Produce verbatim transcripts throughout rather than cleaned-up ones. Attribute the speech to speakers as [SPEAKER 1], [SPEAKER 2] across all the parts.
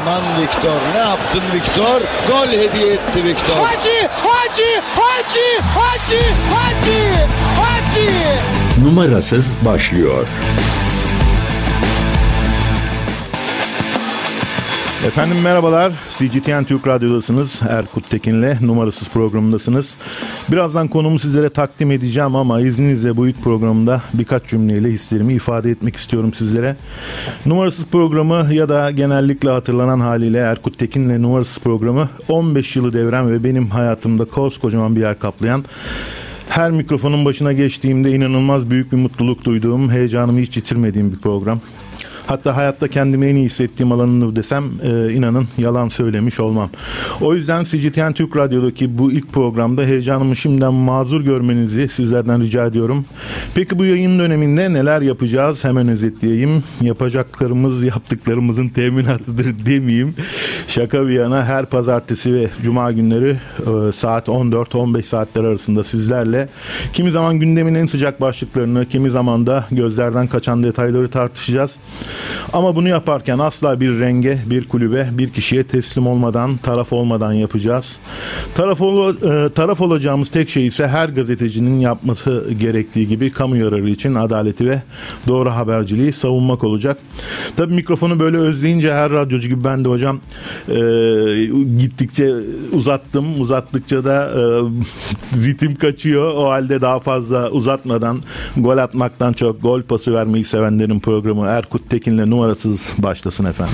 [SPEAKER 1] Aman Victor, ne yaptın Victor? Gol hediye etti Victor.
[SPEAKER 2] Hacı, Hacı, Hacı, Hacı, Hacı, Hacı.
[SPEAKER 3] Numarasız başlıyor.
[SPEAKER 4] Efendim merhabalar, C G T N Türk Radyo'dasınız. Erkut Tekin'le numarasız programındasınız. Birazdan konumu sizlere takdim edeceğim ama izninizle bu ilk programda birkaç cümleyle hislerimi ifade etmek istiyorum sizlere. Numarasız programı ya da genellikle hatırlanan haliyle Erkut Tekin'le numarasız programı on beş yılı deviren ve benim hayatımda koskocaman bir yer kaplayan, her mikrofonun başına geçtiğimde inanılmaz büyük bir mutluluk duyduğum, heyecanımı hiç yitirmediğim bir program. Hatta hayatta kendimi en iyi hissettiğim alanını desem e, inanın yalan söylemiş olmam. O yüzden C G T N Türk Radyo'daki bu ilk programda heyecanımı şimdiden mazur görmenizi sizlerden rica ediyorum. Peki bu yayın döneminde neler yapacağız? Hemen özetleyeyim. Yapacaklarımız yaptıklarımızın teminatıdır demeyeyim. Şaka bir yana her pazartesi ve cuma günleri e, saat on dört on beş saatler arasında sizlerle kimi zaman gündemin en sıcak başlıklarını, kimi zaman da gözlerden kaçan detayları tartışacağız. Ama bunu yaparken asla bir renge, bir kulübe, bir kişiye teslim olmadan, taraf olmadan yapacağız. Taraf, ol, e, taraf olacağımız tek şey ise her gazetecinin yapması gerektiği gibi kamu yararı için adaleti ve doğru haberciliği savunmak olacak. Tabii mikrofonu böyle özleyince her radyocu gibi ben de hocam e, gittikçe uzattım. Uzattıkça da e, ritim kaçıyor. O halde daha fazla uzatmadan gol atmaktan çok gol pası vermeyi sevenlerin programı Erkut Tekin'le numarasız başlasın efendim.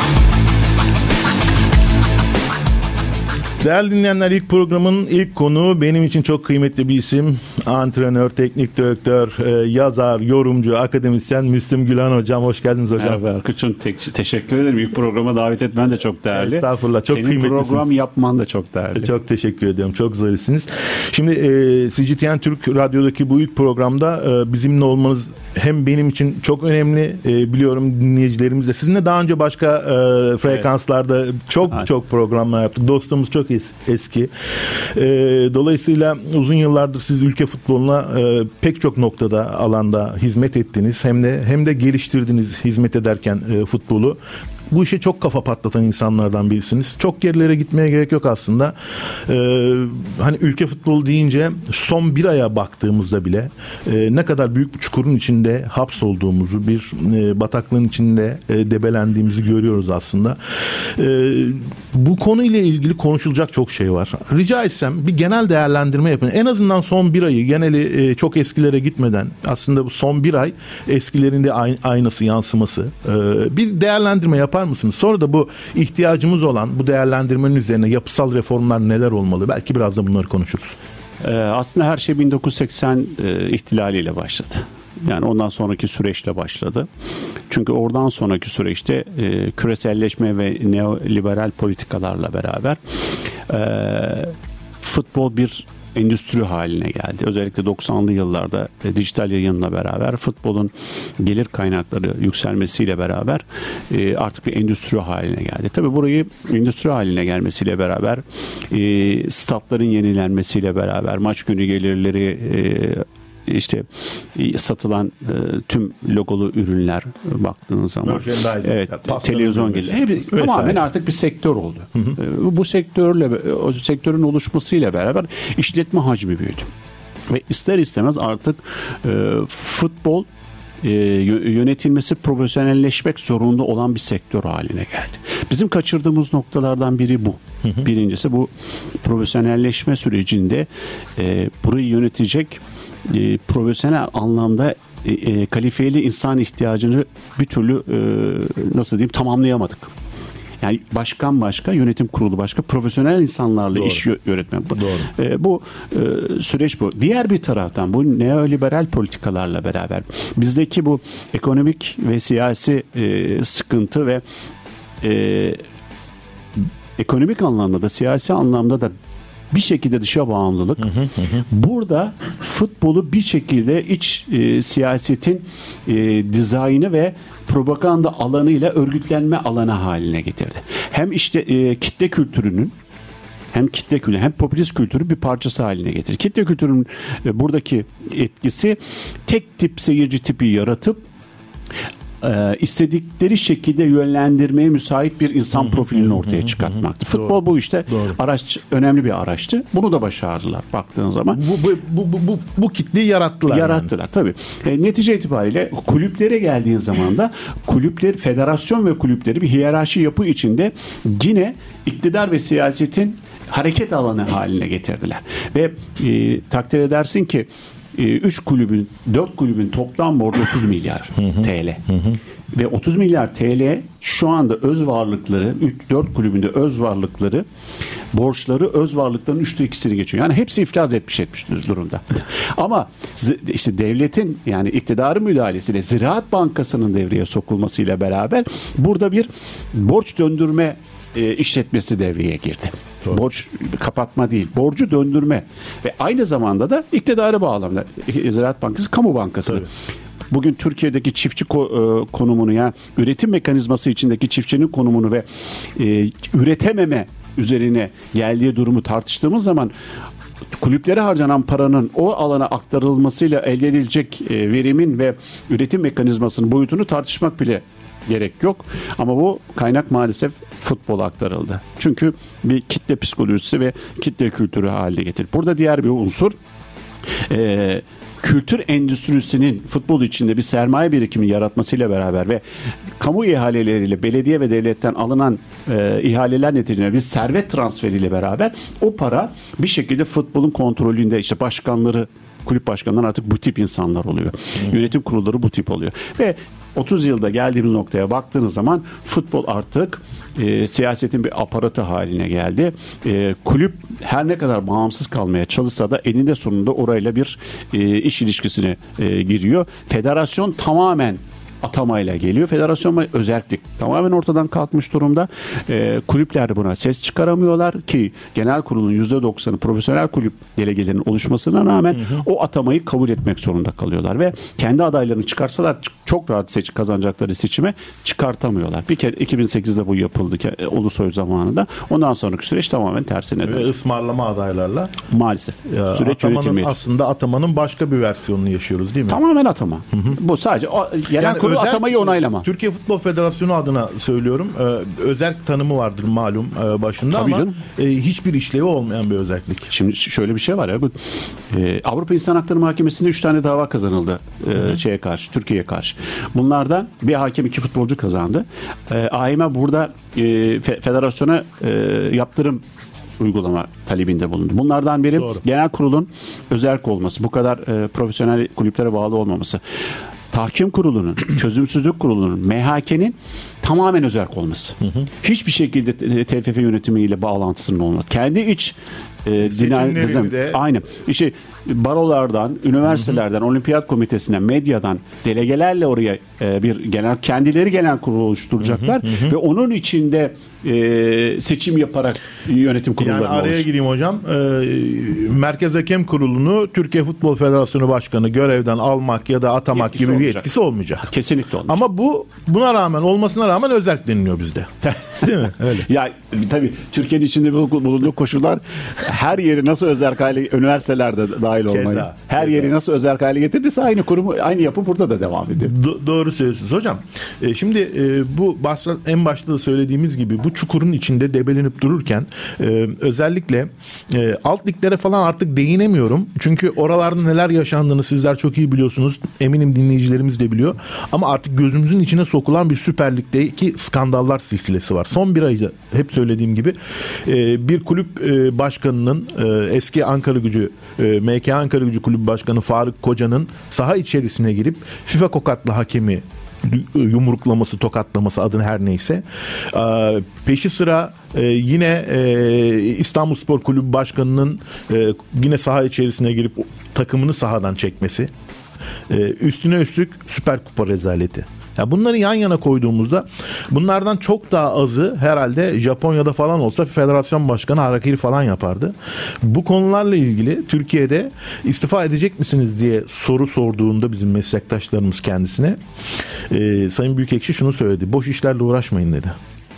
[SPEAKER 4] Değerli dinleyenler, ilk programın ilk konuğu benim için çok kıymetli bir isim. Antrenör, teknik direktör, yazar, yorumcu, akademisyen Müslüm Gülhan hocam. Hoş geldiniz hocam.
[SPEAKER 5] Merhaba Erkut'cum, te- teşekkür ederim. İlk programa davet etmen de çok değerli.
[SPEAKER 4] Estağfurullah, çok
[SPEAKER 5] Senin
[SPEAKER 4] kıymetlisiniz.
[SPEAKER 5] program yapman da çok değerli.
[SPEAKER 4] Çok teşekkür ediyorum. Çok zarifsiniz. Şimdi e, C G T N Türk Radyo'daki bu ilk programda e, bizimle olmanız hem benim için çok önemli, e, biliyorum dinleyicilerimiz de. Sizinle daha önce başka e, frekanslarda evet. çok Aynen. çok programlar yaptık. Dostluğumuz çok eski. E, dolayısıyla uzun yıllardır siz ülke futboluna e, pek çok noktada, alanda hizmet ettiniz. Hem de hem de geliştirdiniz hizmet ederken e, futbolu. Bu işe çok kafa patlatan insanlardan birisiniz. Çok gerilere gitmeye gerek yok aslında. Ee, hani ülke futbolu deyince son bir aya baktığımızda bile e, ne kadar büyük bir çukurun içinde hapsolduğumuzu, bir e, bataklığın içinde e, debelendiğimizi görüyoruz aslında. E, bu konuyla ilgili konuşulacak çok şey var. Rica etsem bir genel değerlendirme yapın. En azından son bir ayı, geneli e, çok eskilere gitmeden, aslında bu son bir ay eskilerinde ay- aynası, yansıması, e, bir değerlendirme yapın. Yapar mısınız? Sonra da bu ihtiyacımız olan bu değerlendirmenin üzerine yapısal reformlar neler olmalı? Belki biraz da bunları konuşuruz.
[SPEAKER 5] Ee, aslında her şey bin dokuz yüz seksen e, ihtilaliyle başladı. Yani ondan sonraki süreçle başladı. Çünkü oradan sonraki süreçte e, küreselleşme ve neoliberal politikalarla beraber e, futbol bir endüstri haline geldi. Özellikle doksanlı yıllarda e, dijital yayınla beraber futbolun gelir kaynakları yükselmesiyle beraber e, artık bir endüstri haline geldi. Tabii burayı endüstri haline gelmesiyle beraber e, statların yenilenmesiyle beraber maç günü gelirleri e, işte satılan e, tüm logolu ürünler baktığınız zaman evet, televizyon geliri tamamen artık bir sektör oldu. Hı hı. E, bu sektörle o sektörün oluşmasıyla beraber işletme hacmi büyüdü. Ve ister istemez artık e, futbol e, yönetilmesi profesyonelleşmek zorunda olan bir sektör haline geldi. Bizim kaçırdığımız noktalardan biri bu. Hı hı. Birincisi bu profesyonelleşme sürecinde e, burayı yönetecek E, profesyonel anlamda e, e, kalifiyeli insan ihtiyacını bir türlü e, nasıl diyeyim tamamlayamadık. Yani başkan başka, yönetim kurulu başka, profesyonel insanlarla Doğru. iş yönetmek. Doğru. E, bu e, süreç bu. Diğer bir taraftan bu neoliberal politikalarla beraber bizdeki bu ekonomik ve siyasi e, sıkıntı ve e, ekonomik anlamda da siyasi anlamda da bir şekilde dışa bağımlılık. Hı hı hı. Burada futbolu bir şekilde iç e, siyasetin e, dizaynı ve propaganda alanıyla örgütlenme alanı haline getirdi. Hem işte e, kitle kültürünün hem kitle kültürü hem popülist kültürü bir parçası haline getirdi. Kitle kültürünün e, buradaki etkisi tek tip seyirci tipi yaratıp e, istedikleri şekilde yönlendirmeye müsait bir insan profilini ortaya çıkartmaktı. Futbol Doğru. bu işte Doğru. araç önemli bir araçtı. Bunu da başardılar baktığın zaman.
[SPEAKER 4] Bu bu bu bu, bu, bu kitleyi yarattılar.
[SPEAKER 5] Yarattılar yani. Tabii. E, netice itibariyle kulüplere geldiğin zaman da kulüpler, federasyon ve kulüpleri bir hiyerarşi yapı içinde yine iktidar ve siyasetin hareket alanı haline getirdiler. Ve e, takdir edersin ki üç kulübün, dört kulübün toplam borcu otuz milyar T L. Hı hı. Ve otuz milyar T L şu anda öz varlıkları, üç dört kulübünde öz varlıkları, borçları öz varlıkların üçte ikisini geçiyor. Yani hepsi iflas etmiş etmiş durumda. Ama işte devletin, yani iktidarın müdahalesiyle Ziraat Bankası'nın devreye sokulmasıyla beraber burada bir borç döndürme e, işletmesi devreye girdi. Doğru. Borç kapatma değil, borcu döndürme ve aynı zamanda da iktidarı bağlamda. Ziraat Bankası kamu bankası. Bugün Türkiye'deki çiftçi konumunu, yani üretim mekanizması içindeki çiftçinin konumunu ve e, üretememe üzerine geldiği durumu tartıştığımız zaman kulüplere harcanan paranın o alana aktarılmasıyla elde edilecek e, verimin ve üretim mekanizmasının boyutunu tartışmak bile gerek yok. Ama bu kaynak maalesef futbola aktarıldı. Çünkü bir kitle psikolojisi ve kitle kültürü haline getirdi. Burada diğer bir unsur e, kültür endüstrisinin futbol içinde bir sermaye birikimi yaratmasıyla beraber ve kamu ihaleleriyle belediye ve devletten alınan e, ihaleler neticesinde bir servet transferiyle beraber o para bir şekilde futbolun kontrolünde, işte başkanları, kulüp başkanları artık bu tip insanlar oluyor. Hmm. Yönetim kurulları bu tip oluyor. Ve otuz yılda geldiğimiz noktaya baktığınız zaman futbol artık e, siyasetin bir aparatı haline geldi. E, kulüp her ne kadar bağımsız kalmaya çalışsa da eninde sonunda orayla bir e, iş ilişkisine e, giriyor. Federasyon tamamen atamayla geliyor. Federasyon özerklik tamamen ortadan kalkmış durumda. E, kulüpler buna ses çıkaramıyorlar ki genel kurulun yüzde doksanı profesyonel kulüp delegelerinin oluşmasına rağmen hı hı. o atamayı kabul etmek zorunda kalıyorlar ve kendi adaylarını çıkarsalar çok rahat seç kazanacakları seçime çıkartamıyorlar. Bir kere iki bin sekizde bu yapıldı Ulusoy zamanında. Ondan sonraki süreç tamamen tersine döndü.
[SPEAKER 4] Ve ısmarlama adaylarla.
[SPEAKER 5] Maalesef.
[SPEAKER 4] Ya, süreç atamanın aslında atamanın başka bir versiyonunu yaşıyoruz değil mi?
[SPEAKER 5] Tamamen atama. Hı hı. Bu sadece o, genel yani kurulu özel, atamayı onaylama.
[SPEAKER 4] Türkiye Futbol Federasyonu adına söylüyorum. Ee, özerk tanımı vardır malum e, başında. Tabii ama e, hiçbir işlevi olmayan bir özellik.
[SPEAKER 5] Şimdi şöyle bir şey var ya. Bu, e, Avrupa İnsan Hakları Mahkemesi'nde üç tane dava kazanıldı e, şeye karşı, Türkiye'ye karşı. Bunlardan bir hakem, iki futbolcu kazandı. E, A M A burada e, fe, federasyona e, yaptırım uygulama talebinde bulundu. Bunlardan biri Doğru. genel kurulun özerk olması, bu kadar e, profesyonel kulüplere bağlı olmaması. Tahkim kurulunun, çözümsüzlük kurulunun, M H K'nin tamamen özerk olması. Hı hı. Hiçbir şekilde T F F yönetimiyle bağlantısının olması. Kendi iç e, dinamizm, de... aynı. İşte barolardan, üniversitelerden, hı hı. olimpiyat komitesinden, medyadan delegelerle oraya e, bir genel kendileri genel kurulu oluşturacaklar hı hı hı. ve onun içinde e, seçim yaparak yönetim kurullarına
[SPEAKER 4] Yani araya
[SPEAKER 5] oluştur.
[SPEAKER 4] gireyim hocam. E, Merkez Hakem Kurulu'nu Türkiye Futbol Federasyonu Başkanı görevden almak ya da atamak yetkisi gibi olacak. Bir yetkisi olmayacak.
[SPEAKER 5] Kesinlikle olmayacak.
[SPEAKER 4] Ama bu buna rağmen olmasına rağmen özerk deniliyor bizde. Değil mi? Öyle.
[SPEAKER 5] Ya tabii Türkiye'nin içinde bulunduğu koşullar her yeri nasıl özerk hale, üniversitelerde dahil olmayı. Keza, her keza. Yeri nasıl özerk hale getirdiyse aynı kurumu, aynı yapı burada da devam ediyor.
[SPEAKER 4] Do- doğru söylüyorsunuz hocam. E, şimdi e, bu başta, en başta da söylediğimiz gibi bu çukurun içinde debelenip dururken e, özellikle e, alt liglere falan artık değinemiyorum. Çünkü oralarda neler yaşandığını sizler çok iyi biliyorsunuz. Eminim dinleyicilerimiz de biliyor. Ama artık gözümüzün içine sokulan bir Süper Lig'deki skandallar silsilesi var. Son bir ayda hep söylediğim gibi e, bir kulüp e, başkanının e, eski Ankaragücü e, M K Ankara Gücü Kulübü Başkanı Faruk Koca'nın saha içerisine girip FIFA kokatlı hakemi yumruklaması, tokatlaması adını her neyse. Ee, peşi sıra e, yine e, İstanbulspor Kulübü Başkanı'nın e, yine saha içerisine girip takımını sahadan çekmesi. E, üstüne üstlük Süper Kupa rezaleti. Ya bunları yan yana koyduğumuzda bunlardan çok daha azı herhalde Japonya'da falan olsa federasyon başkanı harakiri falan yapardı. Bu konularla ilgili Türkiye'de istifa edecek misiniz diye soru sorduğunda bizim meslektaşlarımız kendisine e, Sayın Büyükekşi şunu söyledi. Boş işlerle uğraşmayın dedi.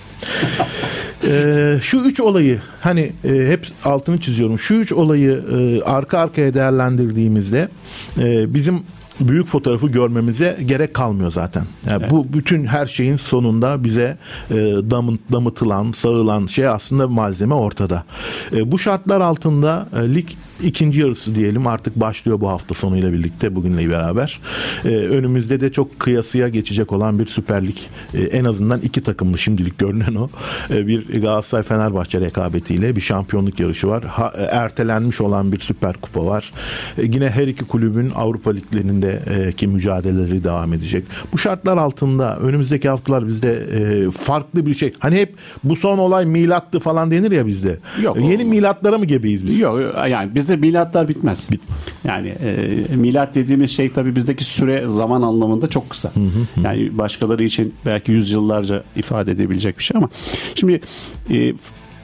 [SPEAKER 4] Ee, şu üç olayı hani e, hep altını çiziyorum. Şu üç olayı e, arka arkaya değerlendirdiğimizde e, bizim büyük fotoğrafı görmemize gerek kalmıyor zaten. Yani evet. Bu bütün her şeyin sonunda bize e, damı, damıtılan, sağılan şey aslında malzeme ortada. E, bu şartlar altında e, lig ikinci yarısı diyelim artık başlıyor bu hafta sonuyla birlikte, bugünle beraber. Ee, önümüzde de çok kıyasıya geçecek olan bir Süper Lig, ee, en azından iki takımlı şimdilik görünen o. Ee, bir Galatasaray-Fenerbahçe rekabetiyle bir şampiyonluk yarışı var. Ha, ertelenmiş olan bir Süper Kupa var. Ee, yine her iki kulübün Avrupa liglerindeki mücadeleleri devam edecek. Bu şartlar altında önümüzdeki haftalar bizde e, farklı bir şey. Hani hep bu son olay milattı falan denir ya bizde. Yok, yeni o... milatlara mı gebeyiz biz?
[SPEAKER 5] Yok, yani biz Bizde milatlar bitmez. Bit. Yani e, milat dediğimiz şey tabii bizdeki süre zaman anlamında çok kısa. Hı hı hı. Yani başkaları için belki yüzyıllarca ifade edebilecek bir şey ama şimdi e, e,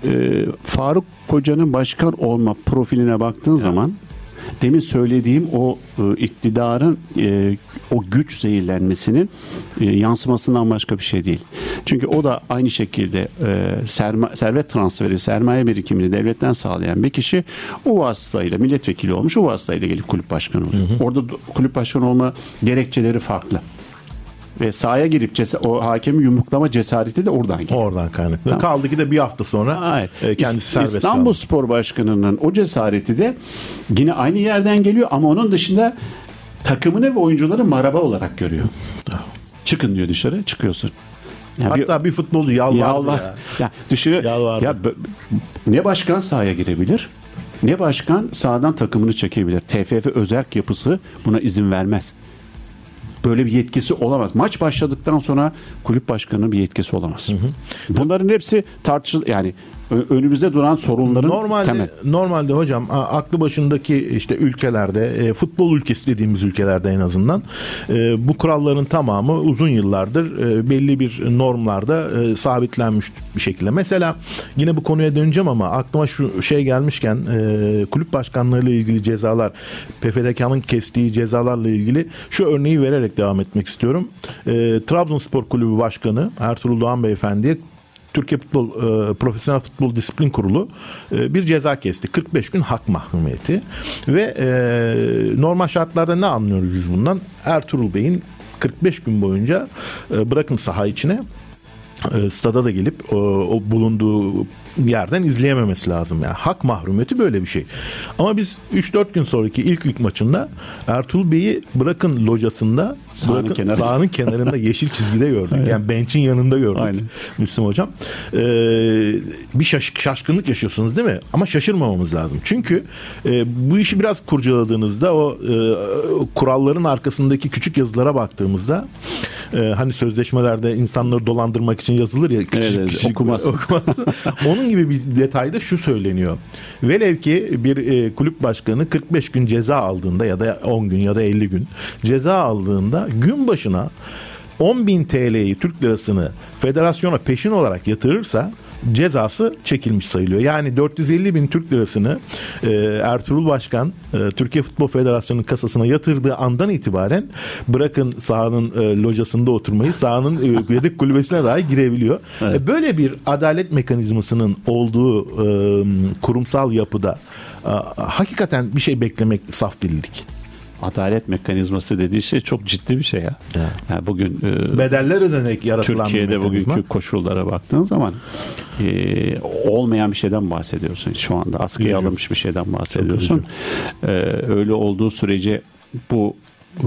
[SPEAKER 5] Faruk Koca'nın başkan olma profiline baktığın evet. zaman demin söylediğim o e, iktidarın e, o güç zehirlenmesinin e, yansımasından başka bir şey değil. Çünkü o da aynı şekilde e, serma, servet transferi, sermaye birikimini devletten sağlayan bir kişi, o vasıtayla milletvekili olmuş, o vasıtayla gelip kulüp başkanı oluyor. Hı hı. Orada kulüp başkanı olma gerekçeleri farklı. Ve sahaya girip ces- o hakemi yumruklama cesareti de oradan geliyor.
[SPEAKER 4] Oradan kaynaklı. Tamam. Kaldı ki de bir hafta sonra evet. kendisi İst- serbest
[SPEAKER 5] İstanbul kaldı. Spor Başkanı'nın o cesareti de yine aynı yerden geliyor ama onun dışında takımını ve oyuncuları maraba olarak görüyor. Çıkın diyor dışarı, çıkıyorsun. Yani
[SPEAKER 4] hatta bir, bir futbolcu yalvardı
[SPEAKER 5] yalvar, ya. ya dışarı, yalvardı. Ya, ne başkan sahaya girebilir, ne başkan sahadan takımını çekebilir. T F F özerk yapısı buna izin vermez. Böyle bir yetkisi olamaz. Maç başladıktan sonra kulüp başkanının bir yetkisi olamaz. Hı hı. Bunların hepsi tartışıl yani önümüzde duran sorunların
[SPEAKER 4] normalde,
[SPEAKER 5] temel.
[SPEAKER 4] Normalde hocam aklı başındaki işte ülkelerde, e, futbol ülkesi dediğimiz ülkelerde en azından e, bu kuralların tamamı uzun yıllardır e, belli bir normlarda e, sabitlenmiş bir şekilde. Mesela yine bu konuya döneceğim ama aklıma şu şey gelmişken e, kulüp başkanlarıyla ilgili cezalar, P F D K'nın kestiği cezalarla ilgili şu örneği vererek devam etmek istiyorum. E, Trabzonspor Kulübü Başkanı Ertuğrul Doğan Beyefendi'ye Türkiye Futbol e, Profesyonel Futbol Disiplin Kurulu e, bir ceza kesti. kırk beş gün hak mahrumiyeti. Ve e, normal şartlarda ne anlıyoruz biz bundan? Ertuğrul Bey'in kırk beş gün boyunca e, bırakın saha içine, e, stada da gelip o, o bulunduğu yerden izleyememesi lazım. Yani hak mahrumiyeti böyle bir şey. Ama biz üç dört gün sonraki ilk lig maçında Ertuğrul Bey'i bırakın locasında,
[SPEAKER 5] sahanın,
[SPEAKER 4] bırakın,
[SPEAKER 5] kenar.
[SPEAKER 4] sahanın kenarında yeşil çizgide gördük. Aynen. Yani bench'in yanında gördük. Aynen. Müslüm Hocam. Ee, bir şaş- şaşkınlık yaşıyorsunuz değil mi? Ama şaşırmamamız lazım. Çünkü e, bu işi biraz kurcaladığınızda o e, kuralların arkasındaki küçük yazılara baktığımızda e, hani sözleşmelerde insanları dolandırmak için yazılır ya, küçük,
[SPEAKER 5] evet,
[SPEAKER 4] küçük
[SPEAKER 5] okumazsın.
[SPEAKER 4] okumazsın. Onun gibi bir detayda şu söyleniyor. Velev ki bir e, kulüp başkanı kırk beş gün ceza aldığında ya da on gün ya da elli gün ceza aldığında gün başına on bin T L'yi, Türk lirasını federasyona peşin olarak yatırırsa cezası çekilmiş sayılıyor. Yani dört yüz elli bin Türk lirasını e, Ertuğrul Başkan e, Türkiye Futbol Federasyonu'nun kasasına yatırdığı andan itibaren bırakın sahanın e, locasında oturmayı, sahanın e, yedek kulübesine dahi girebiliyor. Evet. E, böyle bir adalet mekanizmasının olduğu e, kurumsal yapıda e, hakikaten bir şey beklemek saf delilik.
[SPEAKER 5] Adalet mekanizması dediği şey çok ciddi bir şey ya. ya. Yani bugün e,
[SPEAKER 4] bedeller ödenerek yaratılan
[SPEAKER 5] Türkiye'de bugünkü koşullara baktığın zaman e, olmayan bir şeyden bahsediyorsun. Şu anda askıya üzücü. Alınmış bir şeyden bahsediyorsun. E, öyle olduğu sürece bu e,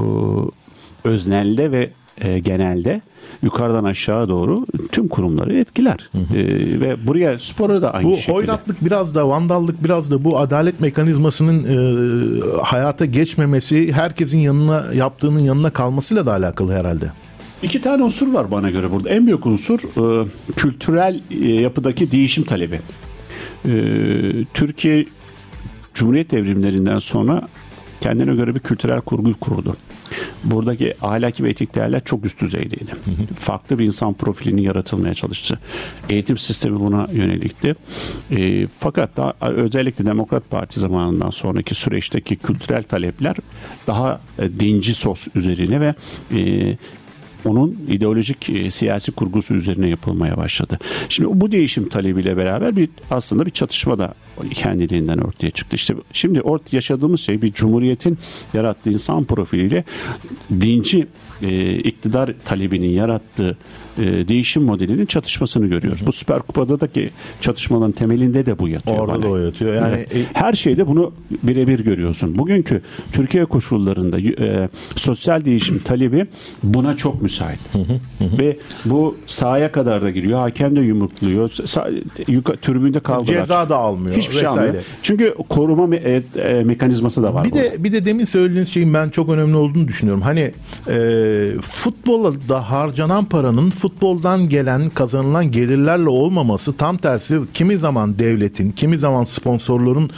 [SPEAKER 5] öznelde ve e, genelde yukarıdan aşağı doğru tüm kurumları etkiler. Hı hı. Ee, ve buraya spora da aynı
[SPEAKER 4] bu
[SPEAKER 5] şekilde. Bu
[SPEAKER 4] hoyratlık biraz da vandallık biraz da bu adalet mekanizmasının e, hayata geçmemesi, herkesin yanına yaptığının yanına kalmasıyla da alakalı herhalde.
[SPEAKER 5] İki tane unsur var bana göre burada. En büyük unsur e, kültürel e, yapıdaki değişim talebi. E, Türkiye Cumhuriyet devrimlerinden sonra kendine göre bir kültürel kurgu kurdu. Buradaki ahlaki ve etik değerler çok üst düzeydeydi. Hı hı. Farklı bir insan profilinin yaratılmaya çalıştı. Eğitim sistemi buna yönelikti. E, fakat daha, özellikle Demokrat Parti zamanından sonraki süreçteki kültürel talepler daha e, dinci sos üzerine ve e, onun ideolojik e, siyasi kurgusu üzerine yapılmaya başladı. Şimdi bu değişim talebiyle beraber bir aslında bir çatışma da kendiliğinden ortaya çıktı. İşte şimdi orta yaşadığımız şey bir cumhuriyetin yarattığı insan profiliyle dinci e, iktidar talebinin yarattığı e, değişim modelinin çatışmasını görüyoruz. Hı hı. Bu Süper Kupa'daki çatışmaların temelinde de bu yatıyor.
[SPEAKER 4] Orada
[SPEAKER 5] bana.
[SPEAKER 4] da o yatıyor. Yani
[SPEAKER 5] evet. Her şeyde bunu birebir görüyorsun. Bugünkü Türkiye koşullarında e, sosyal değişim talebi buna çok müsait. Hı hı, hı. Ve bu sahaya kadar da giriyor. Hakem de yumrukluyor. Sa- tribünde kavgalar.
[SPEAKER 4] Ceza da almıyor.
[SPEAKER 5] Hiçbir şey almıyor. Çünkü koruma me- e, mekanizması da var.
[SPEAKER 4] Bir de bir de demin söylediğiniz şeyin ben çok önemli olduğunu düşünüyorum. Hani e, futbola da harcanan paranın futboldan gelen kazanılan gelirlerle olmaması, tam tersi kimi zaman devletin, kimi zaman sponsorların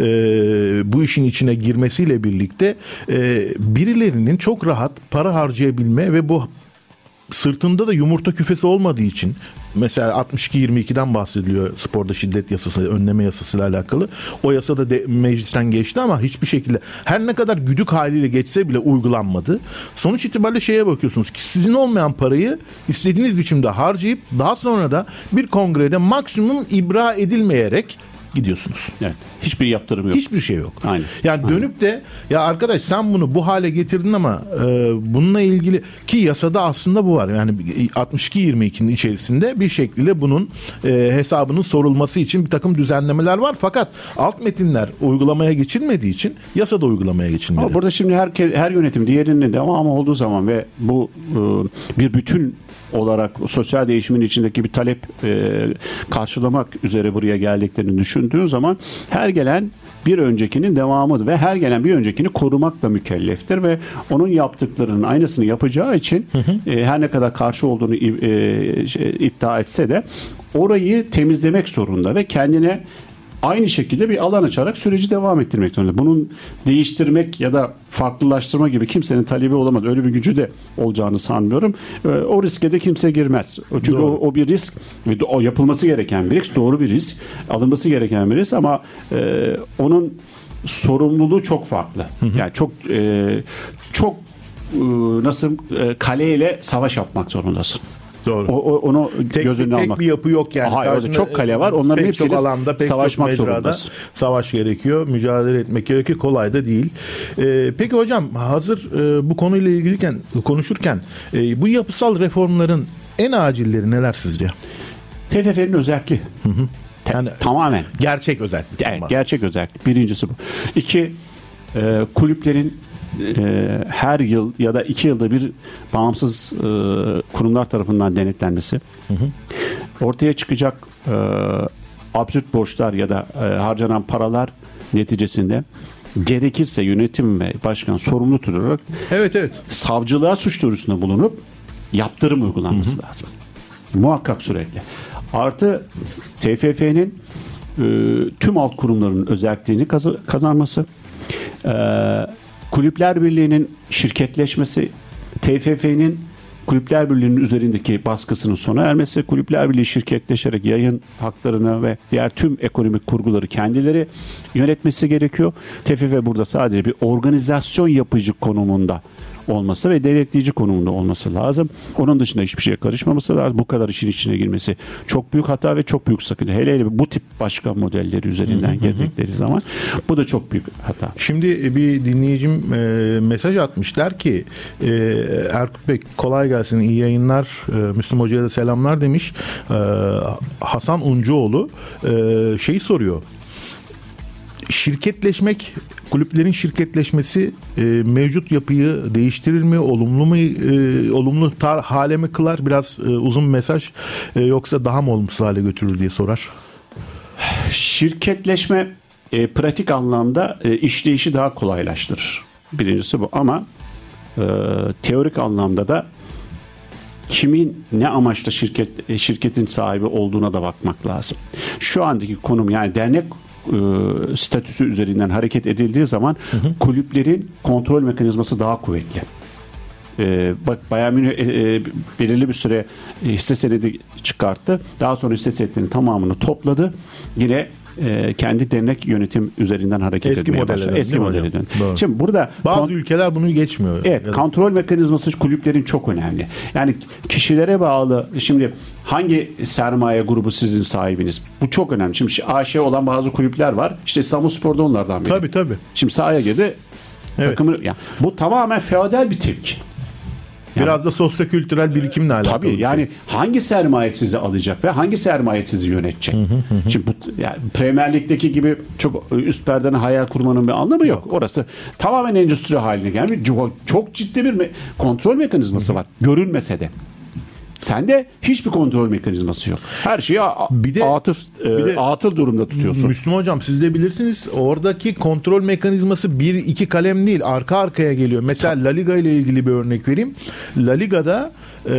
[SPEAKER 4] e, bu işin içine girmesiyle birlikte e, birilerinin çok rahat para harcayabilme ve bu sırtında da yumurta küfesi olmadığı için, mesela altmış iki yirmi ikiden bahsediliyor sporda şiddet yasası, önleme yasasıyla alakalı. O yasa da de, meclisten geçti ama hiçbir şekilde, her ne kadar güdük haliyle geçse bile uygulanmadı. Sonuç itibariyle şeye bakıyorsunuz ki sizin olmayan parayı istediğiniz biçimde harcayıp daha sonra da bir kongrede maksimum ibra edilmeyerek gidiyorsunuz.
[SPEAKER 5] Evet. Hiçbir yaptırım yok.
[SPEAKER 4] Hiçbir şey yok.
[SPEAKER 5] Aynen.
[SPEAKER 4] Yani dönüp Aynen. de ya arkadaş sen bunu bu hale getirdin ama e, bununla ilgili ki yasada aslında bu var. Yani altmış iki yirmi ikinin içerisinde bir şekilde bunun e, hesabının sorulması için bir takım düzenlemeler var. Fakat alt metinler uygulamaya geçilmediği için yasada uygulamaya geçilmedi.
[SPEAKER 5] Ama burada şimdi her, her yönetim diğerinin de ama, ama olduğu zaman ve bu e, bir bütün olarak sosyal değişimin içindeki bir talep e, karşılamak üzere buraya geldiklerini düşündüğün zaman her gelen bir öncekinin devamıdır ve her gelen bir öncekini korumakla mükelleftir ve onun yaptıklarının aynısını yapacağı için hı hı. E, her ne kadar karşı olduğunu e, iddia etse de orayı temizlemek zorunda ve kendine aynı şekilde bir alan açarak süreci devam ettirmek zorunda. Bunun değiştirmek ya da farklılaştırma gibi kimsenin talebi olamaz. Öyle bir gücü de olacağını sanmıyorum. O riske de kimse girmez. Çünkü o, o bir risk ve o yapılması gereken bir risk. Doğru bir risk. Alınması gereken bir risk ama e, onun sorumluluğu çok farklı. Hı hı. Yani çok e, çok e, nasıl e, kaleyle savaş yapmak zorundasın.
[SPEAKER 4] Doğru.
[SPEAKER 5] O, o, onu
[SPEAKER 4] tek,
[SPEAKER 5] göz önüne
[SPEAKER 4] tek
[SPEAKER 5] almak.
[SPEAKER 4] bir yapı yok yani.
[SPEAKER 5] Aha, orada çok kale var. Onların
[SPEAKER 4] pek
[SPEAKER 5] hepsiyle
[SPEAKER 4] çok alanda, pek
[SPEAKER 5] savaşmak
[SPEAKER 4] çok mecrada
[SPEAKER 5] zorundasın.
[SPEAKER 4] Savaş gerekiyor. Mücadele etmek gerekiyor. Kolay da değil. Ee, peki hocam hazır e, bu konuyla ilgiliyken konuşurken e, bu yapısal reformların en acilleri neler sizce?
[SPEAKER 5] T F F'nin özelliği. Hı hı. Yani tamamen.
[SPEAKER 4] Gerçek özellik.
[SPEAKER 5] Evet, gerçek özellik. Birincisi bu. İki, e, kulüplerin e, her yıl ya da iki yılda bir bağımsız e, kurumlar tarafından denetlenmesi. Hı hı. Ortaya çıkacak e, absürt borçlar ya da e, harcanan paralar neticesinde gerekirse yönetim ve başkan sorumlu tutularak
[SPEAKER 4] evet evet
[SPEAKER 5] savcılığa suç duyurusunda bulunup yaptırım uygulanması hı hı. lazım. Muhakkak sürekli. Artı T F F'nin e, tüm alt kurumların özelliğini kaz- kazanması, e, Kulüpler Birliği'nin şirketleşmesi, T F F'nin Kulüpler Birliği'nin üzerindeki baskısının sona ermesi, Kulüpler Birliği şirketleşerek yayın haklarını ve diğer tüm ekonomik kurguları kendileri yönetmesi gerekiyor. T F F burada sadece bir organizasyon yapıcı konumunda olması ve denetleyici konumunda olması lazım. Onun dışında hiçbir şeye karışmaması lazım. Bu kadar işin içine girmesi çok büyük hata ve çok büyük sakınca. Hele hele bu tip başkan modelleri üzerinden hı hı. girdikleri zaman bu da çok büyük hata.
[SPEAKER 4] Şimdi bir dinleyicim e, mesaj atmış, der ki e, Erkut Bey kolay gelsin, iyi yayınlar, e, Müslüm Hoca'ya da selamlar demiş. E, Hasan Uncuoğlu e, şeyi soruyor. Şirketleşmek, kulüplerin şirketleşmesi e, mevcut yapıyı değiştirir mi? Olumlu mu? E, olumlu tar- hale mi kılar? Biraz e, uzun mesaj e, yoksa daha mı olumsuz hale götürür diye sorar.
[SPEAKER 5] Şirketleşme e, pratik anlamda e, işleyişi daha kolaylaştırır. Birincisi bu ama e, teorik anlamda da kimin ne amaçla şirket şirketin sahibi olduğuna da bakmak lazım. Şu andaki konum yani dernek E, statüsü üzerinden hareket edildiği zaman hı hı. kulüplerin kontrol mekanizması daha kuvvetli. E, bak Bayern Münih e, e, belirli bir süre hisse senedi çıkarttı. Daha sonra hisse senedinin tamamını topladı. Yine e, kendi dernek yönetim üzerinden hareket
[SPEAKER 4] Eski
[SPEAKER 5] etmeye
[SPEAKER 4] modele
[SPEAKER 5] başladı.
[SPEAKER 4] döndü,
[SPEAKER 5] Eski
[SPEAKER 4] değil mi
[SPEAKER 5] modele
[SPEAKER 4] hocam?
[SPEAKER 5] döndü.
[SPEAKER 4] Doğru.
[SPEAKER 5] Şimdi burada
[SPEAKER 4] Bazı
[SPEAKER 5] kon-
[SPEAKER 4] ülkeler bunu geçmiyor.
[SPEAKER 5] Evet,
[SPEAKER 4] Ya da-
[SPEAKER 5] kontrol mekanizması kulüplerin çok önemli. Yani kişilere bağlı. Şimdi hangi sermaye grubu sizin sahibiniz? Bu çok önemli. Şimdi A Ş olan bazı kulüpler var. İşte İstanbulspor'da onlardan biri.
[SPEAKER 4] Tabii tabii.
[SPEAKER 5] Şimdi sahaya girdi.
[SPEAKER 4] Evet.
[SPEAKER 5] Takımı, yani bu tamamen feodal bir tepki. Yani,
[SPEAKER 4] Biraz da sosyokültürel birikimle alakalı.
[SPEAKER 5] tabii
[SPEAKER 4] bir
[SPEAKER 5] yani
[SPEAKER 4] şey.
[SPEAKER 5] hangi sermaye sizi alacak ve hangi sermaye sizi yönetecek? Şimdi bu yani Premier Lig'deki gibi çok üst perdene hayal kurmanın bir anlamı yok. Orası tamamen endüstri haline gelmiş. Çok, çok ciddi bir me- kontrol mekanizması var. Görünmese de. Sende hiçbir kontrol mekanizması yok. Her şeyi a-
[SPEAKER 4] Bir de-
[SPEAKER 5] atıf, e,
[SPEAKER 4] bir de-
[SPEAKER 5] atıl durumda tutuyorsun.
[SPEAKER 4] Müslüm hocam siz de bilirsiniz oradaki kontrol mekanizması bir iki kalem değil arka arkaya geliyor. Mesela La Liga ile ilgili bir örnek vereyim. La Liga'da e,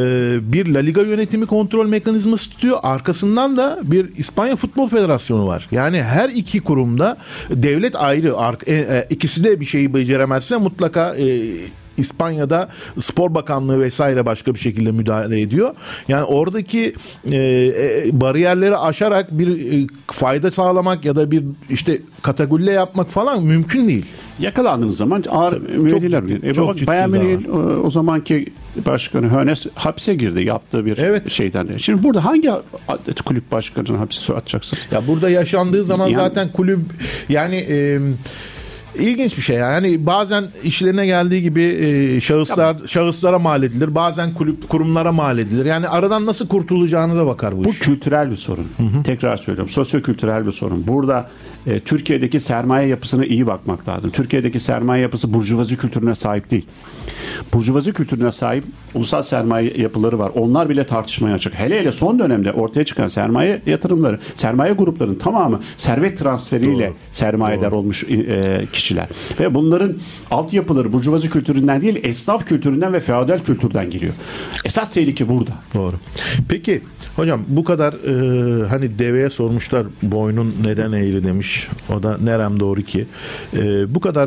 [SPEAKER 4] bir La Liga yönetimi kontrol mekanizması tutuyor. Arkasından da bir İspanya Futbol Federasyonu var. Yani her iki kurumda devlet ayrı. Ar- e, e, ikisi de bir şeyi beceremezse mutlaka e, İspanya'da Spor Bakanlığı vesaire başka bir şekilde müdahale ediyor. Yani oradaki e, e, bariyerleri aşarak bir e, fayda sağlamak ya da bir işte katagulle yapmak falan mümkün değil.
[SPEAKER 5] Yakalandığınız zaman ağır müeyyideler.
[SPEAKER 4] ciddi,
[SPEAKER 5] E,
[SPEAKER 4] çok
[SPEAKER 5] bak,
[SPEAKER 4] ciddi
[SPEAKER 5] Bayern
[SPEAKER 4] zaman.
[SPEAKER 5] Münih'in o, o zamanki başkanı Hönes hapse girdi yaptığı bir
[SPEAKER 4] Evet.
[SPEAKER 5] şeyden. de. Şimdi burada hangi atlet kulüp başkanını hapse atacaksın?
[SPEAKER 4] Ya burada yaşandığı zaman
[SPEAKER 5] Yani-
[SPEAKER 4] zaten kulüp yani e, İlginç bir şey yani bazen işlerine geldiği gibi e, şahıslar şahıslara mal edilir, bazen kulüp kurumlara mal edilir. Yani aradan nasıl kurtulacağınıza bakar bu,
[SPEAKER 5] Bu
[SPEAKER 4] iş.
[SPEAKER 5] kültürel bir sorun. Tekrar söylüyorum. Sosyokültürel bir sorun. Burada e, Türkiye'deki sermaye yapısına iyi bakmak lazım. Türkiye'deki sermaye yapısı burjuvazi kültürüne sahip değil. Burjuvazi kültürüne sahip ulusal sermaye yapıları var. Onlar bile tartışmaya açık. Hele hele son dönemde ortaya çıkan sermaye yatırımları, sermaye gruplarının tamamı servet transferiyle
[SPEAKER 4] Doğru.
[SPEAKER 5] sermayedar
[SPEAKER 4] Doğru.
[SPEAKER 5] olmuş e, kişiler. Ve bunların altyapıları burjuvazi kültüründen değil, esnaf kültüründen ve feodal kültürden geliyor. Esas tehlike burada.
[SPEAKER 4] Doğru. Peki hocam bu kadar e, hani deveye sormuşlar boynun neden eğri demiş. O da nerem doğru ki. E, bu kadar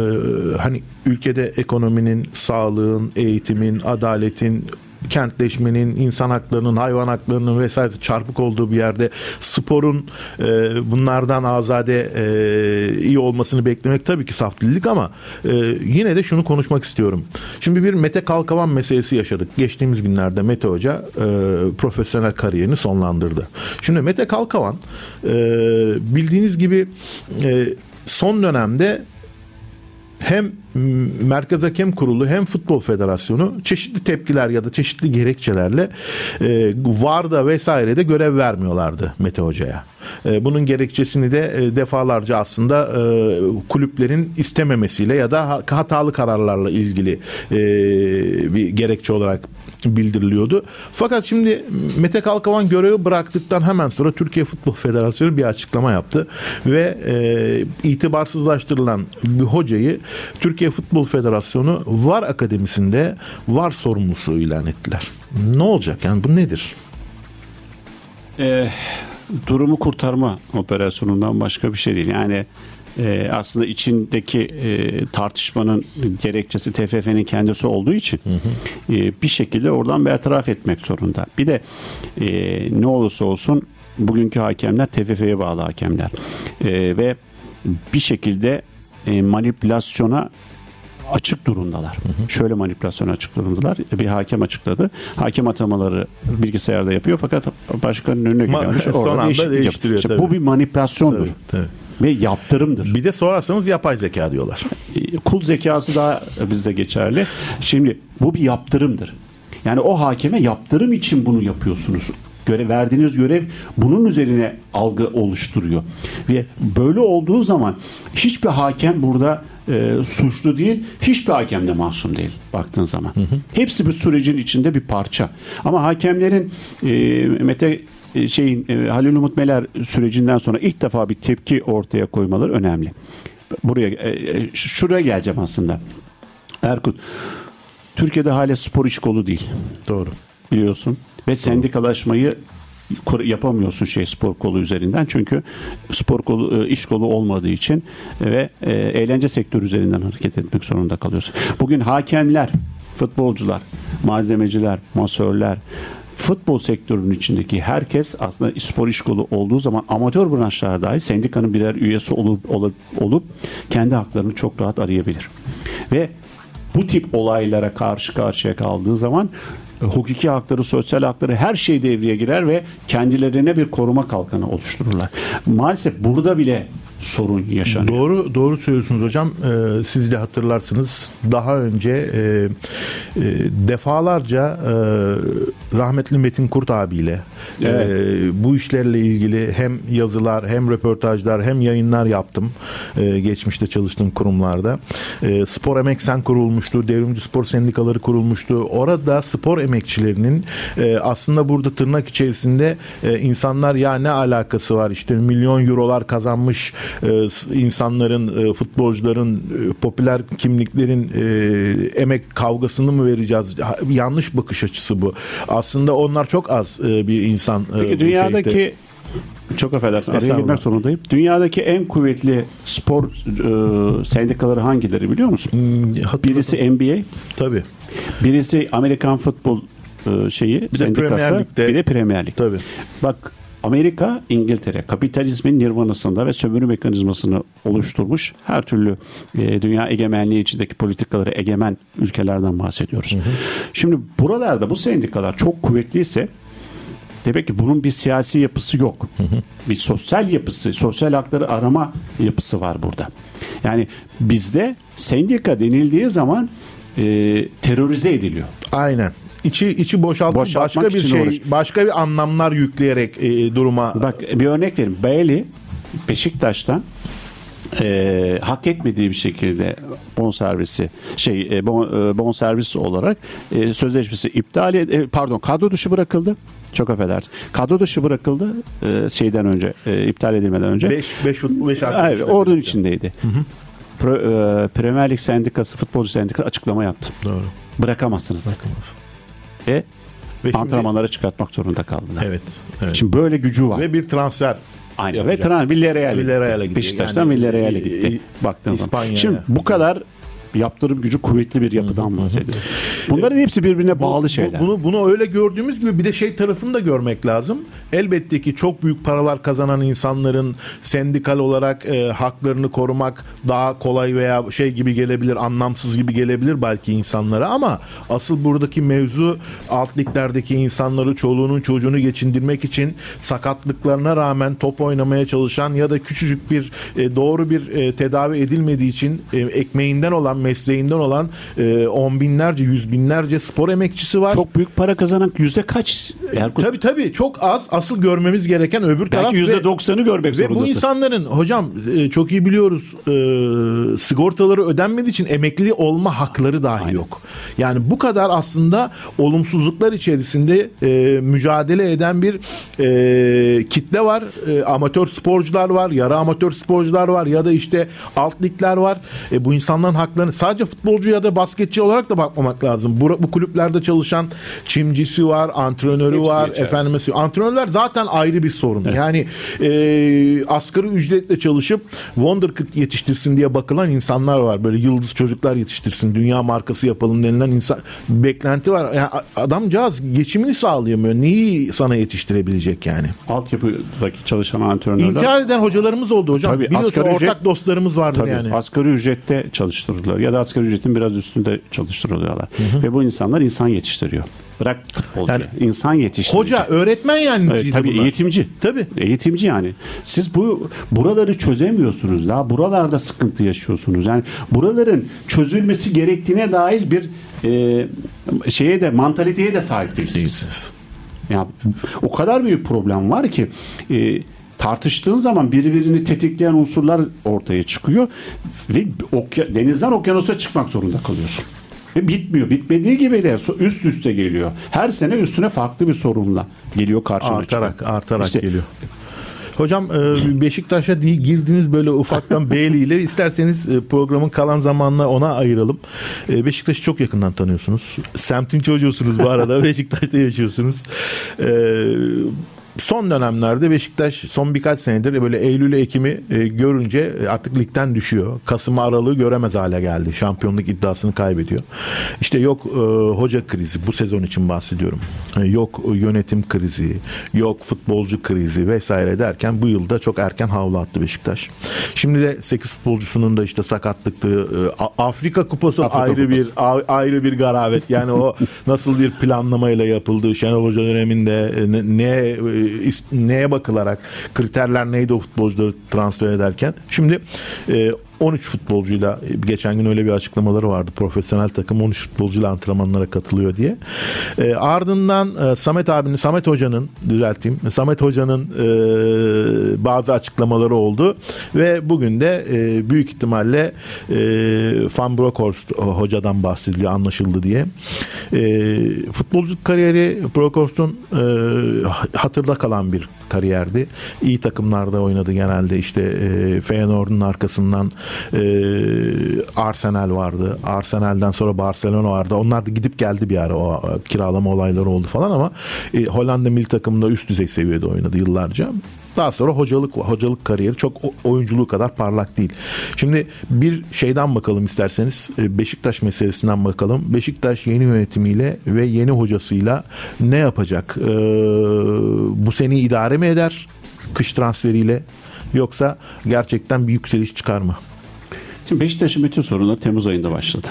[SPEAKER 4] e, hani ülkede ekonominin, sağlığın, eğitimin, adaletin, kentleşmenin, insan haklarının, hayvan haklarının vesaire çarpık olduğu bir yerde sporun e, bunlardan azade e, iyi olmasını beklemek tabii ki saf dillik ama e, yine de şunu konuşmak istiyorum. Şimdi bir Mete Kalkavan meselesi yaşadık. Geçtiğimiz günlerde Mete Hoca e, profesyonel kariyerini sonlandırdı. Şimdi Mete Kalkavan e, bildiğiniz gibi e, son dönemde hem Merkez Hakem Kurulu hem Futbol Federasyonu çeşitli tepkiler ya da çeşitli gerekçelerle e, VAR'da vesairede görev vermiyorlardı Mete Hoca'ya. E, bunun gerekçesini de e, defalarca aslında e, kulüplerin istememesiyle ya da hatalı kararlarla ilgili e, bir gerekçe olarak bildiriliyordu. Fakat şimdi Mete Kalkavan görevi bıraktıktan hemen sonra Türkiye Futbol Federasyonu bir açıklama yaptı ve e, itibarsızlaştırılan bir hocayı Türkiye Futbol Federasyonu VAR Akademisi'nde VAR sorumlusu ilan ettiler. Ne olacak yani bu nedir?
[SPEAKER 5] Ee, durumu kurtarma operasyonundan başka bir şey değil. Yani e, aslında içindeki e, tartışmanın gerekçesi T F F'nin kendisi olduğu için hı hı. E, bir şekilde oradan bertaraf etmek zorunda. Bir de e, ne olursa olsun bugünkü hakemler T F F'ye bağlı hakemler e, ve bir şekilde e, manipülasyona açık durumdalar. Hı hı. Şöyle manipülasyona açık durumdalar. Bir hakem açıkladı. Hakem atamaları bilgisayarda yapıyor fakat başkanın önüne geliyormuş.
[SPEAKER 4] Ma-
[SPEAKER 5] Orada değişiklik
[SPEAKER 4] değiştiriyor.
[SPEAKER 5] işte bu bir manipülasyondur.
[SPEAKER 4] Tabii, tabii.
[SPEAKER 5] Ve yaptırımdır.
[SPEAKER 4] Bir de sorarsanız yapay zeka diyorlar.
[SPEAKER 5] Kul zekası daha bizde geçerli. Şimdi bu bir yaptırımdır. Yani o hakeme yaptırım için bunu yapıyorsunuz. Görev, verdiğiniz görev bunun üzerine algı oluşturuyor. Ve böyle olduğu zaman hiçbir hakem burada e, suçlu değil, hiçbir hakem de masum değil baktığın zaman. Hı hı. Hepsi bir sürecin içinde bir parça. Ama hakemlerin e, Mete e, şeyin e, Halil Umut Meler sürecinden sonra ilk defa bir tepki ortaya koymaları önemli. Buraya e, şuraya geleceğim aslında. Erkut, Türkiye'de hala spor iş kolu değil.
[SPEAKER 4] Doğru.
[SPEAKER 5] Biliyorsun. Ve sendikalaşmayı yapamıyorsun şey spor kolu üzerinden. Çünkü spor kolu iş kolu olmadığı için ve e, eğlence sektörü üzerinden hareket etmek zorunda kalıyorsun. Bugün hakemler, futbolcular, malzemeciler, masörler, futbol sektörünün içindeki herkes aslında spor iş kolu olduğu zaman amatör branşlara dahi sendikanın birer üyesi olup, olup, olup kendi haklarını çok rahat arayabilir. Ve bu tip olaylara karşı karşıya kaldığı zaman hukuki hakları, sosyal hakları her şey devreye girer ve kendilerine bir koruma kalkanı oluştururlar. Maalesef burada bile sorun yaşanıyor.
[SPEAKER 4] Doğru doğru söylüyorsunuz hocam. Ee, siz de hatırlarsınız. Daha önce e, e, defalarca e, rahmetli Metin Kurt abiyle evet. e, bu işlerle ilgili hem yazılar, hem röportajlar, hem yayınlar yaptım. E, geçmişte çalıştığım kurumlarda. E, Spor Emek Sen kurulmuştu. Devrimci spor sendikaları kurulmuştu. Orada spor emekçilerinin e, aslında burada tırnak içerisinde e, insanlar ya ne alakası var işte milyon eurolar kazanmış insanların, futbolcuların, popüler kimliklerin emek kavgasını mı vereceğiz? Yanlış bakış açısı bu. Aslında onlar çok az bir insan.
[SPEAKER 5] Peki dünyadaki şeyde... Çok affedersin. Araya girmek zorundayım. Dünyadaki en kuvvetli spor e, sendikaları hangileri biliyor musun? Hmm, birisi N B A.
[SPEAKER 4] Tabii.
[SPEAKER 5] Birisi Amerikan futbol e, şeyi
[SPEAKER 4] bir
[SPEAKER 5] sendikası.
[SPEAKER 4] De Premier
[SPEAKER 5] bir de Premier Lig.
[SPEAKER 4] Tabii.
[SPEAKER 5] Bak Amerika, İngiltere kapitalizmin nirvanasında ve sömürü mekanizmasını oluşturmuş her türlü e, dünya egemenliği içindeki politikaları egemen ülkelerden bahsediyoruz. Hı hı. Şimdi buralarda bu sendikalar çok kuvvetliyse demek ki bunun bir siyasi yapısı yok. Hı hı. Bir sosyal yapısı, sosyal hakları arama yapısı var burada. Yani bizde sendika denildiği zaman e, terörize ediliyor.
[SPEAKER 4] Aynen. İçi içi boşaltıp başka bir şey, uğraş. başka bir anlamlar yükleyerek e, duruma.
[SPEAKER 5] Bak bir örnek vereyim. Bailey Beşiktaş'tan e, hak etmediği bir şekilde bonservisi şey e, bon, e, bonservis olarak e, sözleşmesi iptal e, pardon kadro dışı bırakıldı. Çok affedersin. Kadro dışı bırakıldı e, şeyden önce e, iptal edilmeden önce.
[SPEAKER 4] beş beş beş
[SPEAKER 5] evet, ordunun içindeydi. Hı hı. Pro, e, Premier Lig sendikası, futbolcu sendikası açıklama yaptı.
[SPEAKER 4] Doğru.
[SPEAKER 5] Bırakamazsınız dedi. Ve, Ve antrenmanlara çıkartmak zorunda kaldılar.
[SPEAKER 4] Evet, evet.
[SPEAKER 5] Şimdi böyle gücü var.
[SPEAKER 4] Ve bir transfer.
[SPEAKER 5] Aynen. Yapacak. Ve transfer Villarreal'e
[SPEAKER 4] gitti.
[SPEAKER 5] Beşiktaş'tan yani, Villarreal'e gitti. Baktığınız zaman. Şimdi bu kadar yaptırım gücü kuvvetli bir yapıdan bahsediyor. Bunların hepsi birbirine bağlı şeyler.
[SPEAKER 4] Bunu bunu öyle gördüğümüz gibi bir de şey tarafını da görmek lazım. Elbette ki çok büyük paralar kazanan insanların sendikal olarak e, haklarını korumak daha kolay veya şey gibi gelebilir, anlamsız gibi gelebilir belki insanlara ama asıl buradaki mevzu alt liglerdeki insanları, çoluğunun çocuğunu geçindirmek için sakatlıklarına rağmen top oynamaya çalışan ya da küçücük bir e, doğru bir e, tedavi edilmediği için e, ekmeğinden olan mesleğinden olan e, on binlerce, yüz binlerce spor emekçisi var.
[SPEAKER 5] Çok büyük para kazanan yüzde kaç?
[SPEAKER 4] Erkut? Tabii tabii çok az. Asıl görmemiz gereken öbür
[SPEAKER 5] belki
[SPEAKER 4] taraf.
[SPEAKER 5] Belki yüzde doksanı görmek
[SPEAKER 4] zorundasın. Ve bu insanların hocam e, çok iyi biliyoruz e, sigortaları ödenmediği için emekli olma hakları dahi Aynen. yok. Yani bu kadar aslında olumsuzluklar içerisinde e, mücadele eden bir e, kitle var. E, amatör sporcular var, yarı amatör sporcular var ya da işte alt ligler var. E, bu insanların haklarını sadece futbolcu ya da basketçi olarak da bakmamak lazım. Bu, bu kulüplerde çalışan çimcisi var, antrenörü Hepsi var. Efendim, antrenörler zaten ayrı bir sorun. Evet. Yani e, asgari ücretle çalışıp Wonderkid yetiştirsin diye bakılan insanlar var. Böyle yıldız çocuklar yetiştirsin, dünya markası yapalım denilen insan beklenti var. Yani adamcağız geçimini sağlayamıyor. Neyi sana yetiştirebilecek yani?
[SPEAKER 5] Altyapıdaki çalışan antrenörler.
[SPEAKER 4] İntihar eden hocalarımız oldu hocam.
[SPEAKER 5] Tabii,
[SPEAKER 4] biliyorsun ortak
[SPEAKER 5] ücret,
[SPEAKER 4] dostlarımız vardır
[SPEAKER 5] tabii,
[SPEAKER 4] yani.
[SPEAKER 5] Asgari ücrette çalıştırılıyor ya da asgari ücretin biraz üstünde çalıştırılıyorlar. Hı hı. Ve bu insanlar insan yetiştiriyor. Bırak futbolcu. Yani, insan yetiştirici.
[SPEAKER 4] Hoca, öğretmen yani.
[SPEAKER 5] Evet, tabii bunlar. Eğitimci.
[SPEAKER 4] Tabii.
[SPEAKER 5] Eğitimci yani. Siz bu buraları çözemiyorsunuz. Daha buralarda sıkıntı yaşıyorsunuz. Yani buraların çözülmesi gerektiğine dair bir e, şeye de mantaliteye de sahip değilsiniz. değilsiniz. Yani o kadar büyük problem var ki e, tartıştığın zaman birbirini tetikleyen unsurlar ortaya çıkıyor ve okya, denizden okyanusa çıkmak zorunda kalıyorsun. Ve bitmiyor. Bitmediği gibi de üst üste geliyor. Her sene üstüne farklı bir sorunla geliyor karşına.
[SPEAKER 4] Artarak,
[SPEAKER 5] çıkıyor.
[SPEAKER 4] artarak işte, geliyor. Hocam Beşiktaş'a girdiniz böyle ufaktan Beyli ile isterseniz programın kalan zamanını ona ayıralım. Beşiktaş'ı çok yakından tanıyorsunuz. Semtin çocuğusunuz bu arada. Beşiktaş'ta yaşıyorsunuz. son dönemlerde Beşiktaş son birkaç senedir böyle Eylül Ekim'i e, görünce artık ligden düşüyor. Kasım aralığı göremez hale geldi. Şampiyonluk iddiasını kaybediyor. İşte yok e, hoca krizi, bu sezon için bahsediyorum. E, yok yönetim krizi, yok futbolcu krizi vesaire derken bu yılda çok erken havlu attı Beşiktaş. Şimdi de sekiz futbolcusunun da işte sakatlıklı e, Afrika Kupası
[SPEAKER 5] Afrika
[SPEAKER 4] ayrı
[SPEAKER 5] Kupası.
[SPEAKER 4] bir a, ayrı bir garabet. Yani o nasıl bir planlamayla yapıldı? Şenol Hoca döneminde ne, ne neye bakılarak, kriterler neydi o futbolcuları transfer ederken? Şimdi e, on üç futbolcuyla, geçen gün öyle bir açıklamaları vardı. Profesyonel takım on üç futbolcuyla antrenmanlara katılıyor diye. E, ardından e, Samet abinin, Samet Hoca'nın düzelteyim. Samet Hoca'nın e, bazı açıklamaları oldu ve bugün de e, büyük ihtimalle e, Van Bronckhorst hocadan bahsediliyor, anlaşıldı diye. E, futbolculuk kariyeri Bronckhorst'un e, hatırda kalan bir kariyerdi. İyi takımlarda oynadı genelde. İşte e, Feyenoord'un arkasından e, Arsenal vardı. Arsenal'den sonra Barcelona vardı. Onlar da gidip geldi bir ara. O kiralama olayları oldu falan ama e, Hollanda milli takımında üst düzey seviyede oynadı yıllarca. Daha sonra hocalık hocalık kariyeri çok oyunculuğu kadar parlak değil. Şimdi bir şeyden bakalım isterseniz. Beşiktaş meselesinden bakalım. Beşiktaş yeni yönetimiyle ve yeni hocasıyla ne yapacak? Ee, bu seneyi idare mi eder? Kış transferiyle. Yoksa gerçekten bir yükseliş çıkar mı?
[SPEAKER 5] Şimdi Beşiktaş'ın bütün sorunları Temmuz ayında başladı.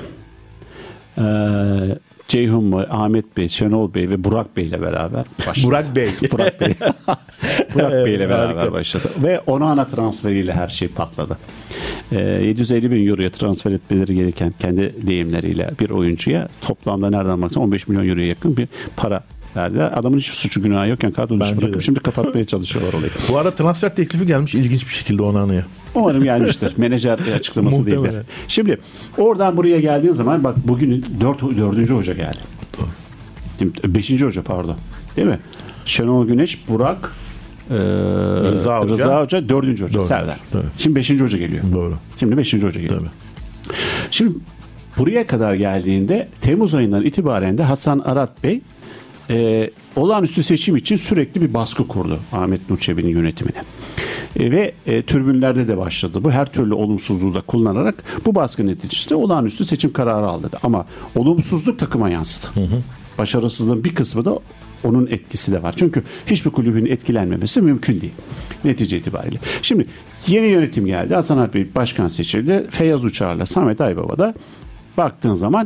[SPEAKER 5] Ee, Ceyhun Bey, Ahmet Bey, Şenol Bey ve Burak Bey ile beraber başladı.
[SPEAKER 4] Burak Bey.
[SPEAKER 5] Burak Bey. Burak Bey ile beraber
[SPEAKER 4] Harika.
[SPEAKER 5] başladı. Ve Onana transferiyle her şey patladı. Ee, yedi yüz elli bin euroya transfer etmeleri gereken, kendi deyimleriyle bir oyuncuya toplamda nereden baksan on beş milyon euroya yakın bir para verdiler. Adamın hiç suçu günahı yokken kadro dışı bırakıp şimdi kapatmaya çalışıyorlar olayı.
[SPEAKER 4] Bu arada transfer teklifi gelmiş ilginç bir şekilde Onana'ya.
[SPEAKER 5] Umarım gelmiştir. Menajer açıklaması değildir.
[SPEAKER 4] Muhtemelen.
[SPEAKER 5] Şimdi oradan buraya geldiğin zaman bak bugün dört, dördüncü hoca geldi. Şimdi beşinci hoca pardon. Değil mi? Şenol Güneş, Burak, e,
[SPEAKER 4] Rıza Hoca.
[SPEAKER 5] Rıza Hoca, dördüncü hoca
[SPEAKER 4] Doğru,
[SPEAKER 5] Serdar.
[SPEAKER 4] doğru.
[SPEAKER 5] Şimdi beşinci hoca geliyor.
[SPEAKER 4] Doğru.
[SPEAKER 5] Şimdi beşinci hoca geliyor.
[SPEAKER 4] Tabii.
[SPEAKER 5] Şimdi buraya kadar geldiğinde Temmuz ayından itibaren de Hasan Arat Bey e, olağanüstü seçim için sürekli bir baskı kurdu Ahmet Nur Çebi'nin yönetimine. E, ve e, tribünlerde de başladı. Bu her türlü olumsuzluğu da kullanarak bu baskı neticesinde olağanüstü seçim kararı aldı. Ama olumsuzluk takıma yansıdı. Hı hı. Başarısızlığın bir kısmı da onun etkisi de var. Çünkü hiçbir kulübün etkilenmemesi mümkün değil. Netice itibariyle. Şimdi yeni yönetim geldi. Hasan Arat Bey başkan seçildi. Feyyaz Uçar'la Samet Aybaba da baktığın zaman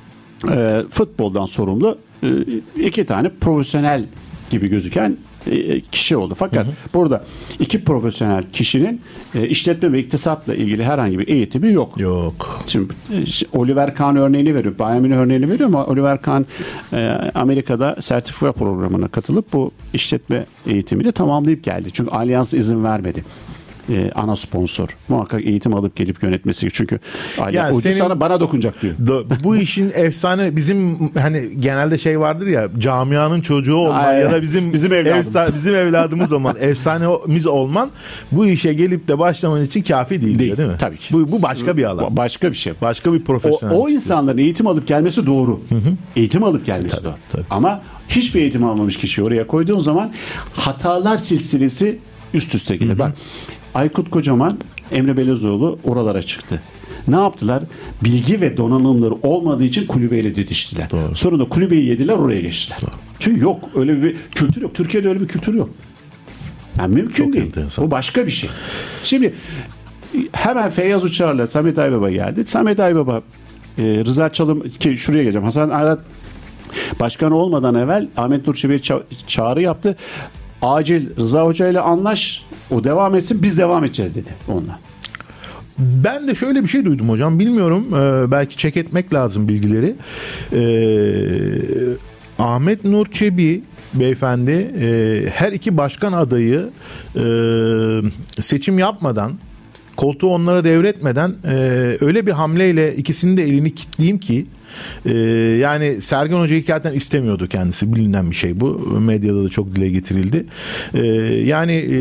[SPEAKER 5] e, futboldan sorumlu e, iki tane profesyonel gibi gözüken e, kişi oldu. Fakat hı hı. burada iki profesyonel kişinin e, işletme ve iktisatla ilgili herhangi bir eğitimi yok.
[SPEAKER 4] Yok.
[SPEAKER 5] Şimdi e, Oliver Kahn örneğini veriyor. Bayern Münih örneğini veriyor ama Oliver Kahn e, Amerika'da sertifika programına katılıp bu işletme eğitimini tamamlayıp geldi. Çünkü Allianz izin vermedi. Ee, ana sponsor. Muhakkak eğitim alıp gelip yönetmesi. Çünkü
[SPEAKER 4] Yani
[SPEAKER 5] ucuz
[SPEAKER 4] senin,
[SPEAKER 5] sana bana dokunacak diyor.
[SPEAKER 4] Bu işin efsane bizim hani genelde şey vardır ya camianın çocuğu olman
[SPEAKER 5] Aynen.
[SPEAKER 4] ya da bizim
[SPEAKER 5] bizim evladımız.
[SPEAKER 4] efsane, bizim evladımız olman, efsanemiz olman bu işe gelip de başlaman için kafi değil,
[SPEAKER 5] Değil,
[SPEAKER 4] değil mi?
[SPEAKER 5] tabii ki.
[SPEAKER 4] Bu, bu başka bir alan.
[SPEAKER 5] Başka bir şey.
[SPEAKER 4] Başka bir
[SPEAKER 5] O,
[SPEAKER 4] profesyonel.
[SPEAKER 5] o insanların eğitim alıp gelmesi doğru. Hı hı. Eğitim alıp gelmesi
[SPEAKER 4] Tabii,
[SPEAKER 5] doğru.
[SPEAKER 4] tabii.
[SPEAKER 5] Ama hiçbir eğitim almamış kişiyi oraya koyduğun zaman hatalar silsilesi üst üste gelir. Hı hı. Bak Aykut Kocaman, Emre Belezoğlu oralara çıktı. Ne yaptılar? Bilgi ve donanımları olmadığı için kulübeyle didiştiler.
[SPEAKER 4] Doğru.
[SPEAKER 5] Sonra da kulübeyi yediler, oraya geçtiler. Doğru. Çünkü yok öyle bir kültür yok. Türkiye'de öyle bir kültür yok. Yani mümkün
[SPEAKER 4] Çok
[SPEAKER 5] değil.
[SPEAKER 4] enteresan.
[SPEAKER 5] Bu başka bir şey. Şimdi hemen Feyyaz Uçar'la Samet Aybaba geldi. Samet Aybaba, e, Rıza Çalım ki şuraya geleceğim. Hasan Arat başkan olmadan evvel Ahmet Nur Çebi'ye ça- çağrı yaptı. Acil Rıza Hoca ile anlaş, o devam etsin, biz devam edeceğiz dedi onunla.
[SPEAKER 4] Ben de şöyle bir şey duydum hocam. Bilmiyorum. Ee, belki check etmek lazım bilgileri. Ee, Ahmet Nur Çebi beyefendi e, her iki başkan adayı e, seçim yapmadan, koltuğu onlara devretmeden e, öyle bir hamleyle ikisinin de elini kilitleyeyim ki Ee, yani Sergen Hoca hikayeten istemiyordu kendisi. Bilinen bir şey bu. Medyada da çok dile getirildi. Ee, yani e,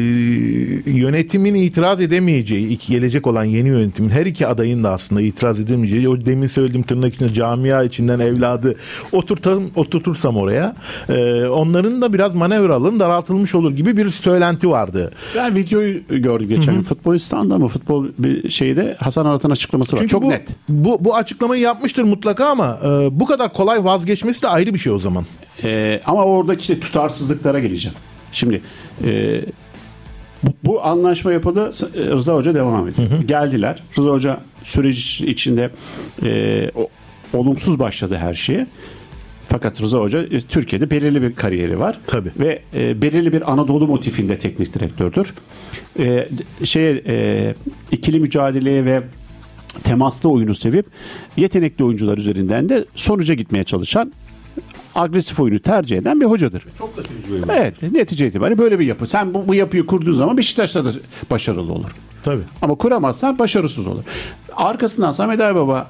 [SPEAKER 4] yönetimin itiraz edemeyeceği, gelecek olan yeni yönetimin her iki adayın da aslında itiraz edemeyeceği, o demin söylediğim tırnak içinde camia içinden evladı oturtam, oturtursam oraya e, onların da biraz manevra alanı daraltılmış olur gibi bir söylenti vardı.
[SPEAKER 5] Ben videoyu gördüm geçen gün. Futbolistan'da mı futbol bir şeyde Hasan Arat'ın açıklaması var.
[SPEAKER 4] Çünkü
[SPEAKER 5] çok
[SPEAKER 4] bu,
[SPEAKER 5] net.
[SPEAKER 4] Bu, bu açıklamayı yapmıştır mutlaka ama e, bu kadar kolay vazgeçmesi de ayrı bir şey o zaman.
[SPEAKER 5] Ee, ama oradaki işte tutarsızlıklara geleceğim. Şimdi e, bu, bu anlaşma yapıldı. Rıza Hoca devam ediyor. Hı hı. Geldiler. Rıza Hoca süreç içinde e, o, olumsuz başladı her şeye. Fakat Rıza Hoca e, Türkiye'de belirli bir kariyeri var.
[SPEAKER 4] Tabii.
[SPEAKER 5] Ve e, belirli bir Anadolu motifinde teknik direktördür. E, şeye e, ikili mücadeleye ve temaslı oyunu sevip yetenekli oyuncular üzerinden de sonuca gitmeye çalışan, agresif oyunu tercih eden bir hocadır.
[SPEAKER 4] Çok da tecrübeli.
[SPEAKER 5] Evet, netice itibariyle böyle bir yapı. Sen bu, bu yapıyı kurduğun zaman Beşiktaş'ta da başarılı olur.
[SPEAKER 4] Tabii.
[SPEAKER 5] Ama kuramazsan başarısız olur. Arkasından Samet Aybaba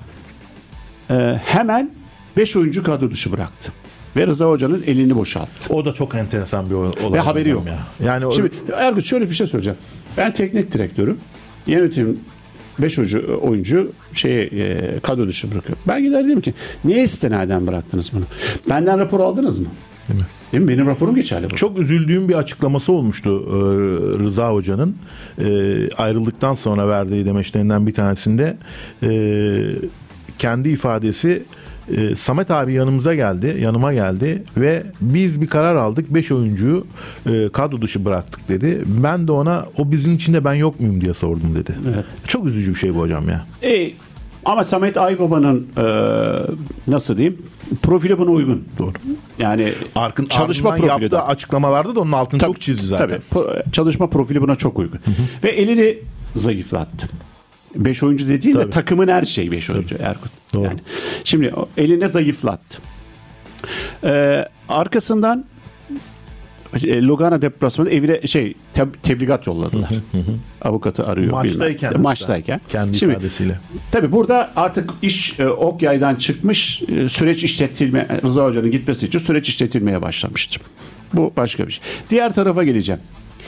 [SPEAKER 5] e, hemen beş oyuncu kadro dışı bıraktı. Ve Rıza Hoca'nın elini boşalttı.
[SPEAKER 4] O da çok enteresan bir olay.
[SPEAKER 5] Ve haberi yok.
[SPEAKER 4] Ya. Yani
[SPEAKER 5] Şimdi Ergut şöyle bir şey söyleyeceğim. Ben teknik direktörüm. Yönetim beş oyuncu, oyuncu şeye, e, kadro dışı bırakıyor. Ben gider dedim ki niye istinaden bıraktınız bunu? Benden rapor aldınız mı?
[SPEAKER 4] Değil mi?
[SPEAKER 5] Değil mi? Benim raporum geçerli. Bu.
[SPEAKER 4] Çok üzüldüğüm bir açıklaması olmuştu e, Rıza Hoca'nın. E, ayrıldıktan sonra verdiği demeçlerinden bir tanesinde e, kendi ifadesi e, Samet abi yanımıza geldi, yanıma geldi ve biz bir karar aldık. beş oyuncuyu e, kadro dışı bıraktık dedi. Ben de ona o bizim içinde ben yok muyum diye sordum dedi.
[SPEAKER 5] Evet.
[SPEAKER 4] Çok üzücü bir şey bu hocam ya.
[SPEAKER 5] E, ama Samet Aybaba'nın e, nasıl diyeyim profili buna uygun.
[SPEAKER 4] Doğru.
[SPEAKER 5] Yani
[SPEAKER 4] Arkın,
[SPEAKER 5] çalışma profili
[SPEAKER 4] yaptığı
[SPEAKER 5] de.
[SPEAKER 4] açıklamalarda da onun altını
[SPEAKER 5] Tabii,
[SPEAKER 4] çok çizdi zaten.
[SPEAKER 5] Tabii. Pro- çalışma profili buna çok uygun. Hı hı. Ve elini zayıflattı. Beş oyuncu dediğin de takımın her şeyi beş oyuncu Erkut.
[SPEAKER 4] Doğru.
[SPEAKER 5] Yani şimdi eline zayıflattı. Ee, arkasından e, Lugano deplasmanı evine şey te- tebligat yolladılar. Hı hı hı. Avukatı arıyor.
[SPEAKER 4] Maçtayken.
[SPEAKER 5] Bilmem. Maçtayken.
[SPEAKER 4] Kendi
[SPEAKER 5] şimdi,
[SPEAKER 4] ifadesiyle.
[SPEAKER 5] Tabii burada artık iş e, ok yaydan çıkmış, e, süreç işletilme, Rıza Hoca'nın gitmesi için süreç işletilmeye başlamıştır. Bu başka bir şey. Diğer tarafa geleceğim.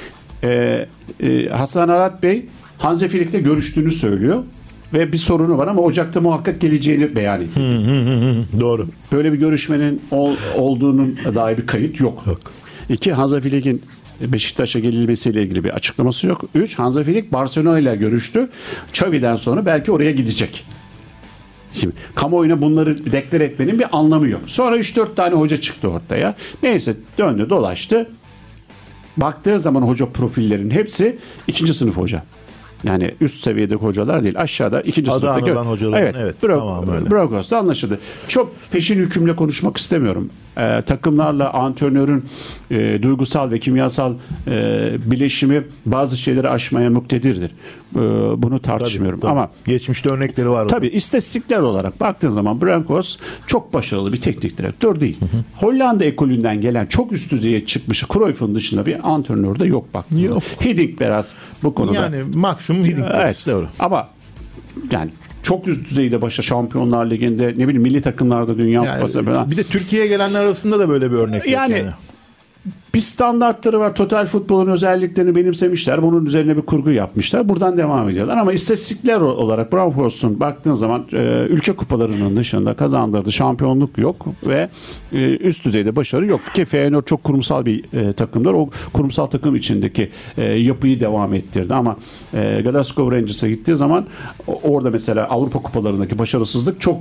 [SPEAKER 5] Ee, e, Hasan Arat Bey Hansi Flick'le görüştüğünü söylüyor ve bir sorunu var ama Ocak'ta muhakkak geleceğini beyan etti.
[SPEAKER 4] Hı hı hı, doğru.
[SPEAKER 5] Böyle bir görüşmenin ol, olduğunun dair bir kayıt yok.
[SPEAKER 4] Yok.
[SPEAKER 5] İki, Hansi Flick'in Beşiktaş'a gelilmesiyle ilgili bir açıklaması yok. Üç, Hansi Flick Barcelona ile görüştü. Xavi'den sonra belki oraya gidecek. Şimdi kamuoyuna bunları deklar etmenin bir anlamı yok. Sonra üç dört tane hoca çıktı ortaya. Neyse döndü dolaştı. Baktığı zaman hoca profillerinin hepsi ikinci sınıf hoca. Yani üst seviyedeki hocalar değil. Aşağıda ikinci
[SPEAKER 4] Adı
[SPEAKER 5] sınıftaki
[SPEAKER 4] anılan hocalar.
[SPEAKER 5] Evet.
[SPEAKER 4] Evet,
[SPEAKER 5] Bro-
[SPEAKER 4] tamam öyle.
[SPEAKER 5] Brokos'ta anlaşıldı. Çok peşin hükümle konuşmak istemiyorum. Ee, takımlarla antrenörün e, duygusal ve kimyasal e, bileşimi bazı şeyleri aşmaya muktedirdir. E, bunu tartışmıyorum.
[SPEAKER 4] Tabii, tabii.
[SPEAKER 5] Ama
[SPEAKER 4] geçmişte örnekleri var.
[SPEAKER 5] tabii istatistikler olarak baktığın zaman Brankos çok başarılı bir teknik direktör değil. Hı hı. Hollanda ekolünden gelen çok üst düzeye çıkmış Cruyff'un dışında bir antrenör de yok baktığında.
[SPEAKER 4] Yok.
[SPEAKER 5] Hiddink biraz bu konuda.
[SPEAKER 4] Yani maksimum Hiddink.
[SPEAKER 5] Evet.
[SPEAKER 4] Doğru.
[SPEAKER 5] Ama yani çok üst düzeyde başa Şampiyonlar Ligi'nde ne bileyim milli takımlarda Dünya
[SPEAKER 4] Yani,
[SPEAKER 5] Kupası falan.
[SPEAKER 4] bir de Türkiye'ye gelenler arasında da böyle bir örnek yok
[SPEAKER 5] Yani,
[SPEAKER 4] yani.
[SPEAKER 5] Bir standartları var. Total futbolun özelliklerini benimsemişler. Bunun üzerine bir kurgu yapmışlar. Buradan devam ediyorlar. Ama istatistikler olarak Braunfos'un baktığın zaman e, ülke kupalarının dışında kazandırdığı şampiyonluk yok ve e, üst düzeyde başarı yok. Ki Feyenoord çok kurumsal bir e, takımdır. O kurumsal takım içindeki e, yapıyı devam ettirdi. Ama e, Glasgow Rangers'a gittiği zaman orada mesela Avrupa kupalarındaki başarısızlık çok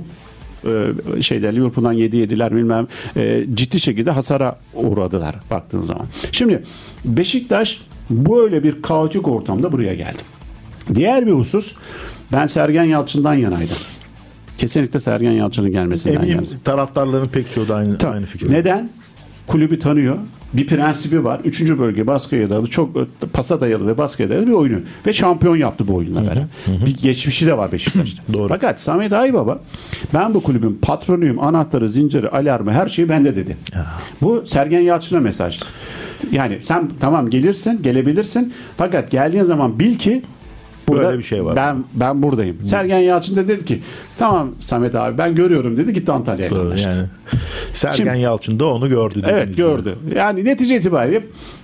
[SPEAKER 5] şeyler Liverpool'dan yedi yediler bilmem e, ciddi şekilde hasara uğradılar baktığın zaman. Şimdi Beşiktaş böyle bir kaotik ortamda buraya geldi. Diğer bir husus, ben Sergen Yalçın'dan yanaydım. Kesinlikle Sergen Yalçın'ın gelmesinden
[SPEAKER 4] Eminim
[SPEAKER 5] yanaydım.
[SPEAKER 4] taraftarların pek çoğu da aynı,
[SPEAKER 5] Tabii.
[SPEAKER 4] aynı fikirde.
[SPEAKER 5] Neden? Kulübü tanıyor. Bir prensibi var. Üçüncü bölge baskıya dayalı, çok pasa dayalı ve baskıya dayalı bir oyunu. Ve şampiyon yaptı bu oyunla beraber. Bir geçmişi de var Beşiktaş'ta.
[SPEAKER 4] Doğru.
[SPEAKER 5] Fakat Samet Aybaba, ben bu kulübün patronuyum, anahtarı, zinciri, alarmı, her şeyi bende dedi.
[SPEAKER 4] Ya.
[SPEAKER 5] Bu Sergen Yalçın'a mesaj. Yani sen tamam gelirsin, gelebilirsin. Fakat geldiğin zaman bil ki Burada
[SPEAKER 4] Böyle bir şey var.
[SPEAKER 5] Ben ben buradayım. Sergen Yalçın da dedi ki tamam Samet abi ben görüyorum dedi, gitti Antalya'ya yoğunlaştı.
[SPEAKER 4] Yani Sergen
[SPEAKER 5] Şimdi-
[SPEAKER 4] Yalçın da onu gördü.
[SPEAKER 5] Evet
[SPEAKER 4] dediğiniz gibi.
[SPEAKER 5] gördü. Yani netice itibariyle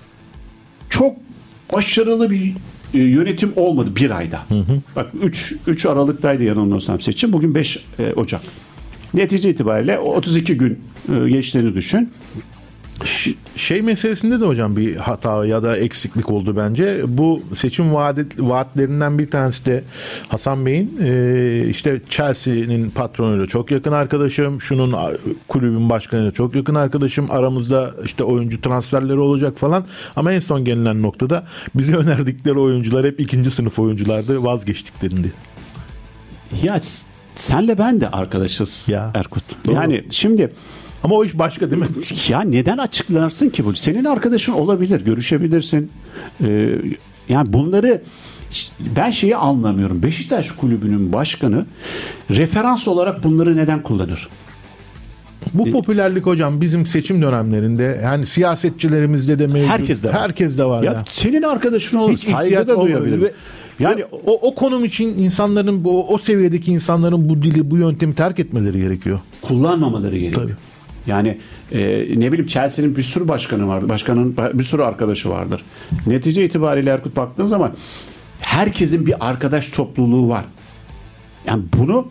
[SPEAKER 5] çok başarılı bir e, yönetim olmadı bir ayda. Bak üç Aralık'taydı yanılmıyorsam seçim. Bugün beş Ocak. Netice itibariyle otuz iki gün e, geçtiğini düşün.
[SPEAKER 4] Şey meselesinde de hocam bir hata ya da eksiklik oldu bence. Bu seçim vaat, vaatlerinden bir tanesi de Hasan Bey'in e, işte Chelsea'nin patronuyla çok yakın arkadaşım, şunun kulübün başkanıyla çok yakın arkadaşım, aramızda işte oyuncu transferleri olacak falan, ama en son gelinen noktada bize önerdikleri oyuncular hep ikinci sınıf oyunculardı, vazgeçtiklerindi.
[SPEAKER 5] Ya s- senle ben de arkadaşız
[SPEAKER 4] Ya.
[SPEAKER 5] Erkut.
[SPEAKER 4] Doğru.
[SPEAKER 5] Yani şimdi
[SPEAKER 4] Ama o iş başka değil mi?
[SPEAKER 5] ya neden açıklarsın ki bu? Senin arkadaşın olabilir, görüşebilirsin. Ee, yani bunları ben şeyi anlamıyorum. Beşiktaş kulübünün başkanı referans olarak bunları neden kullanır?
[SPEAKER 4] Bu popülerlik hocam bizim seçim dönemlerinde, yani siyasetçilerimizde de mevcut.
[SPEAKER 5] Herkes de var.
[SPEAKER 4] Herkes de var
[SPEAKER 5] Ya,
[SPEAKER 4] ya.
[SPEAKER 5] senin arkadaşın olur,
[SPEAKER 4] Hiç
[SPEAKER 5] saygı
[SPEAKER 4] ihtiyaç
[SPEAKER 5] da
[SPEAKER 4] olmuyor.
[SPEAKER 5] duyabilir.
[SPEAKER 4] Ve-
[SPEAKER 5] Yani
[SPEAKER 4] ve o, o konum için insanların, o, o seviyedeki insanların bu dili, bu yöntemi terk etmeleri gerekiyor.
[SPEAKER 5] kullanmamaları gerekiyor.
[SPEAKER 4] Tabii.
[SPEAKER 5] Yani e, ne bileyim Chelsea'nin bir sürü başkanı vardır. Başkanın bir sürü arkadaşı vardır. Netice itibariyle Erkut baktığın zaman herkesin bir arkadaş topluluğu var. Yani bunu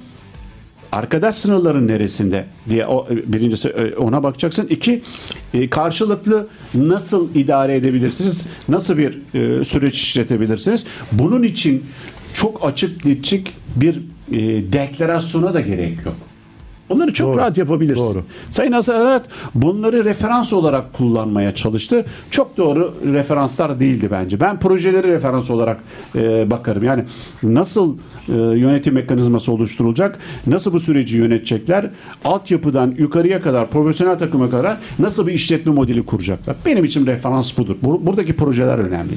[SPEAKER 5] arkadaş sınırların neresinde diye o, birincisi e, ona bakacaksın. İki, e, karşılıklı nasıl idare edebilirsiniz? Nasıl bir e, süreç işletebilirsiniz? Bunun için çok açık netçik bir e, deklarasyona da gerek yok. Onları çok
[SPEAKER 4] Doğru.
[SPEAKER 5] rahat yapabilirsin.
[SPEAKER 4] Doğru.
[SPEAKER 5] Sayın Asarat bunları referans olarak kullanmaya çalıştı. Çok doğru referanslar değildi bence. Ben projeleri referans olarak e, bakarım. Yani nasıl e, yönetim mekanizması oluşturulacak, nasıl bu süreci yönetecekler, altyapıdan yukarıya kadar, profesyonel takıma kadar nasıl bir işletme modeli kuracaklar. Benim için referans budur. Bu, buradaki projeler önemli.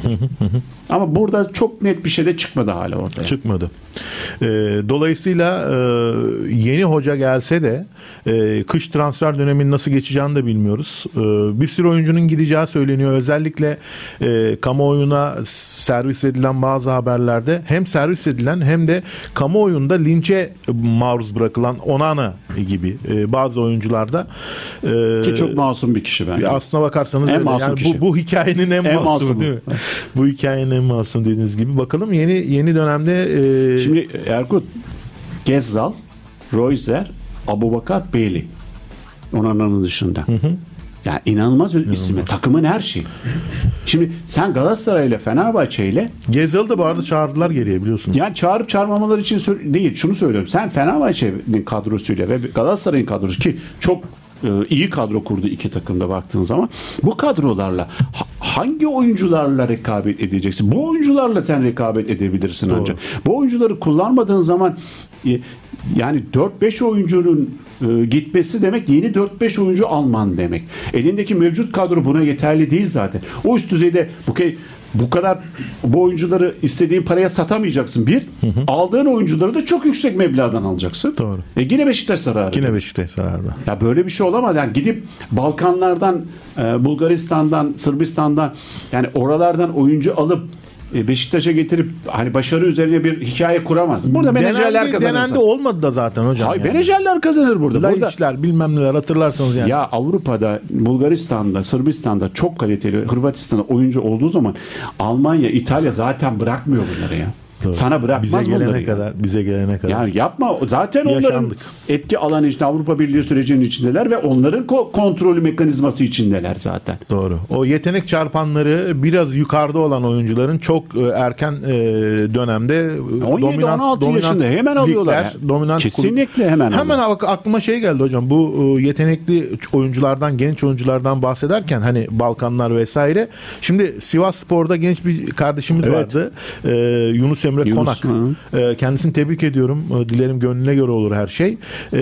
[SPEAKER 5] Ama burada çok net bir şey de çıkmadı hala ortaya.
[SPEAKER 4] Çıkmadı. Ee, dolayısıyla e, yeni hoca gelse de e, kış transfer döneminin nasıl geçeceğini de bilmiyoruz. E, bir sürü oyuncunun gideceği söyleniyor. Özellikle e, kamuoyuna servis edilen bazı haberlerde hem servis edilen hem de kamuoyunda linçe maruz bırakılan Onana gibi e, bazı oyuncularda e,
[SPEAKER 5] Ki çok masum bir kişi bence.
[SPEAKER 4] aslına bakarsanız
[SPEAKER 5] En
[SPEAKER 4] öyle.
[SPEAKER 5] masum
[SPEAKER 4] Yani
[SPEAKER 5] kişi.
[SPEAKER 4] bu, bu hikayenin en,
[SPEAKER 5] En
[SPEAKER 4] masumu
[SPEAKER 5] masumu.
[SPEAKER 4] değil mi? Bu hikayenin en masum dediğiniz gibi. Bakalım yeni yeni dönemde e,
[SPEAKER 5] Şimdi Erkut, Gezzal, Royzer, Abubakar, Bailey. Onana'nın dışında. Hı hı. Yani inanılmaz, inanılmaz isimler. Takımın her şeyi. Şimdi sen Galatasaray ile Fenerbahçe ile
[SPEAKER 4] Gezal'ı da bu arada çağırdılar geriye, biliyorsunuz.
[SPEAKER 5] yani çağırıp çağırmamaları için sö- değil. Şunu söylüyorum. Sen Fenerbahçe'nin kadrosuyla ve Galatasaray'ın kadrosu ki çok e, iyi kadro kurdu iki takımda baktığın zaman. Bu kadrolarla ha- hangi oyuncularla rekabet edeceksin? Bu oyuncularla sen rekabet edebilirsin
[SPEAKER 4] Doğru.
[SPEAKER 5] ancak. Bu oyuncuları kullanmadığın zaman e, yani dört beş oyuncunun e, gitmesi demek yeni dört beş oyuncu alman demek. Elindeki mevcut kadro buna yeterli değil zaten. O üst düzeyde bu ke- bu kadar bu oyuncuları istediğin paraya satamayacaksın. Bir, hı hı. aldığın oyuncuları da çok yüksek meblağdan alacaksın.
[SPEAKER 4] Doğru.
[SPEAKER 5] E yine Beşiktaş zararı.
[SPEAKER 4] Yine Beşiktaş zararda.
[SPEAKER 5] Ya böyle bir şey olamaz. Yani gidip Balkanlardan, e, Bulgaristan'dan, Sırbistan'dan yani oralardan oyuncu alıp e, Beşiktaş'a getirip hani başarı üzerine bir hikaye kuramaz. Burada menajerler
[SPEAKER 4] Denendi,
[SPEAKER 5] kazanır.
[SPEAKER 4] denendi, olmadı da zaten hocam.
[SPEAKER 5] Hayır,
[SPEAKER 4] yani.
[SPEAKER 5] menajerler kazanır burada. burada
[SPEAKER 4] Laiçler bilmem neler hatırlarsanız yani.
[SPEAKER 5] ya Avrupa'da, Bulgaristan'da, Sırbistan'da çok kaliteli, Hırvatistan'da oyuncu olduğu zaman Almanya, İtalya zaten bırakmıyor bunları ya.
[SPEAKER 4] Doğru.
[SPEAKER 5] Sana bırakmaz
[SPEAKER 4] bize gelene
[SPEAKER 5] bunları ya.
[SPEAKER 4] kadar, bize gelene kadar.
[SPEAKER 5] Yani yapma. Zaten onların
[SPEAKER 4] Yaşandık.
[SPEAKER 5] etki alanı işte Avrupa Birliği sürecinin içindeler ve onların ko- kontrolü mekanizması içindeler zaten.
[SPEAKER 4] Doğru. O yetenek çarpanları biraz yukarıda olan oyuncuların çok e, erken e, dönemde
[SPEAKER 5] on yedi on altı yaşında hemen alıyorlar.
[SPEAKER 4] ligler, dominant
[SPEAKER 5] Kesinlikle
[SPEAKER 4] kulüp-
[SPEAKER 5] hemen
[SPEAKER 4] Hemen
[SPEAKER 5] alıyorlar.
[SPEAKER 4] bak aklıma şey geldi hocam. Bu e, yetenekli oyunculardan, genç oyunculardan bahsederken hani Balkanlar vesaire. Şimdi Sivasspor'da genç bir kardeşimiz
[SPEAKER 5] Evet.
[SPEAKER 4] vardı. E, Yunus Emre
[SPEAKER 5] Yunus,
[SPEAKER 4] Konak.
[SPEAKER 5] hı.
[SPEAKER 4] E, kendisini tebrik ediyorum. E, dilerim gönlüne göre olur her şey.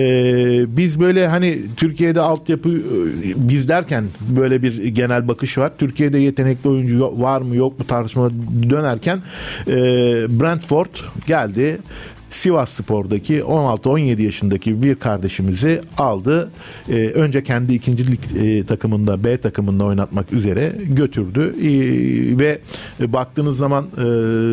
[SPEAKER 4] E, biz böyle hani Türkiye'de altyapı e, biz derken böyle bir genel bakış var. Türkiye'de yetenekli oyuncu var mı yok mu tartışmalar dönerken e, Brentford geldi. Sivasspor'daki on altı on yedi yaşındaki bir kardeşimizi aldı. E, önce kendi ikincilik e, takımında B takımında oynatmak üzere götürdü. E, ve baktığınız zaman e,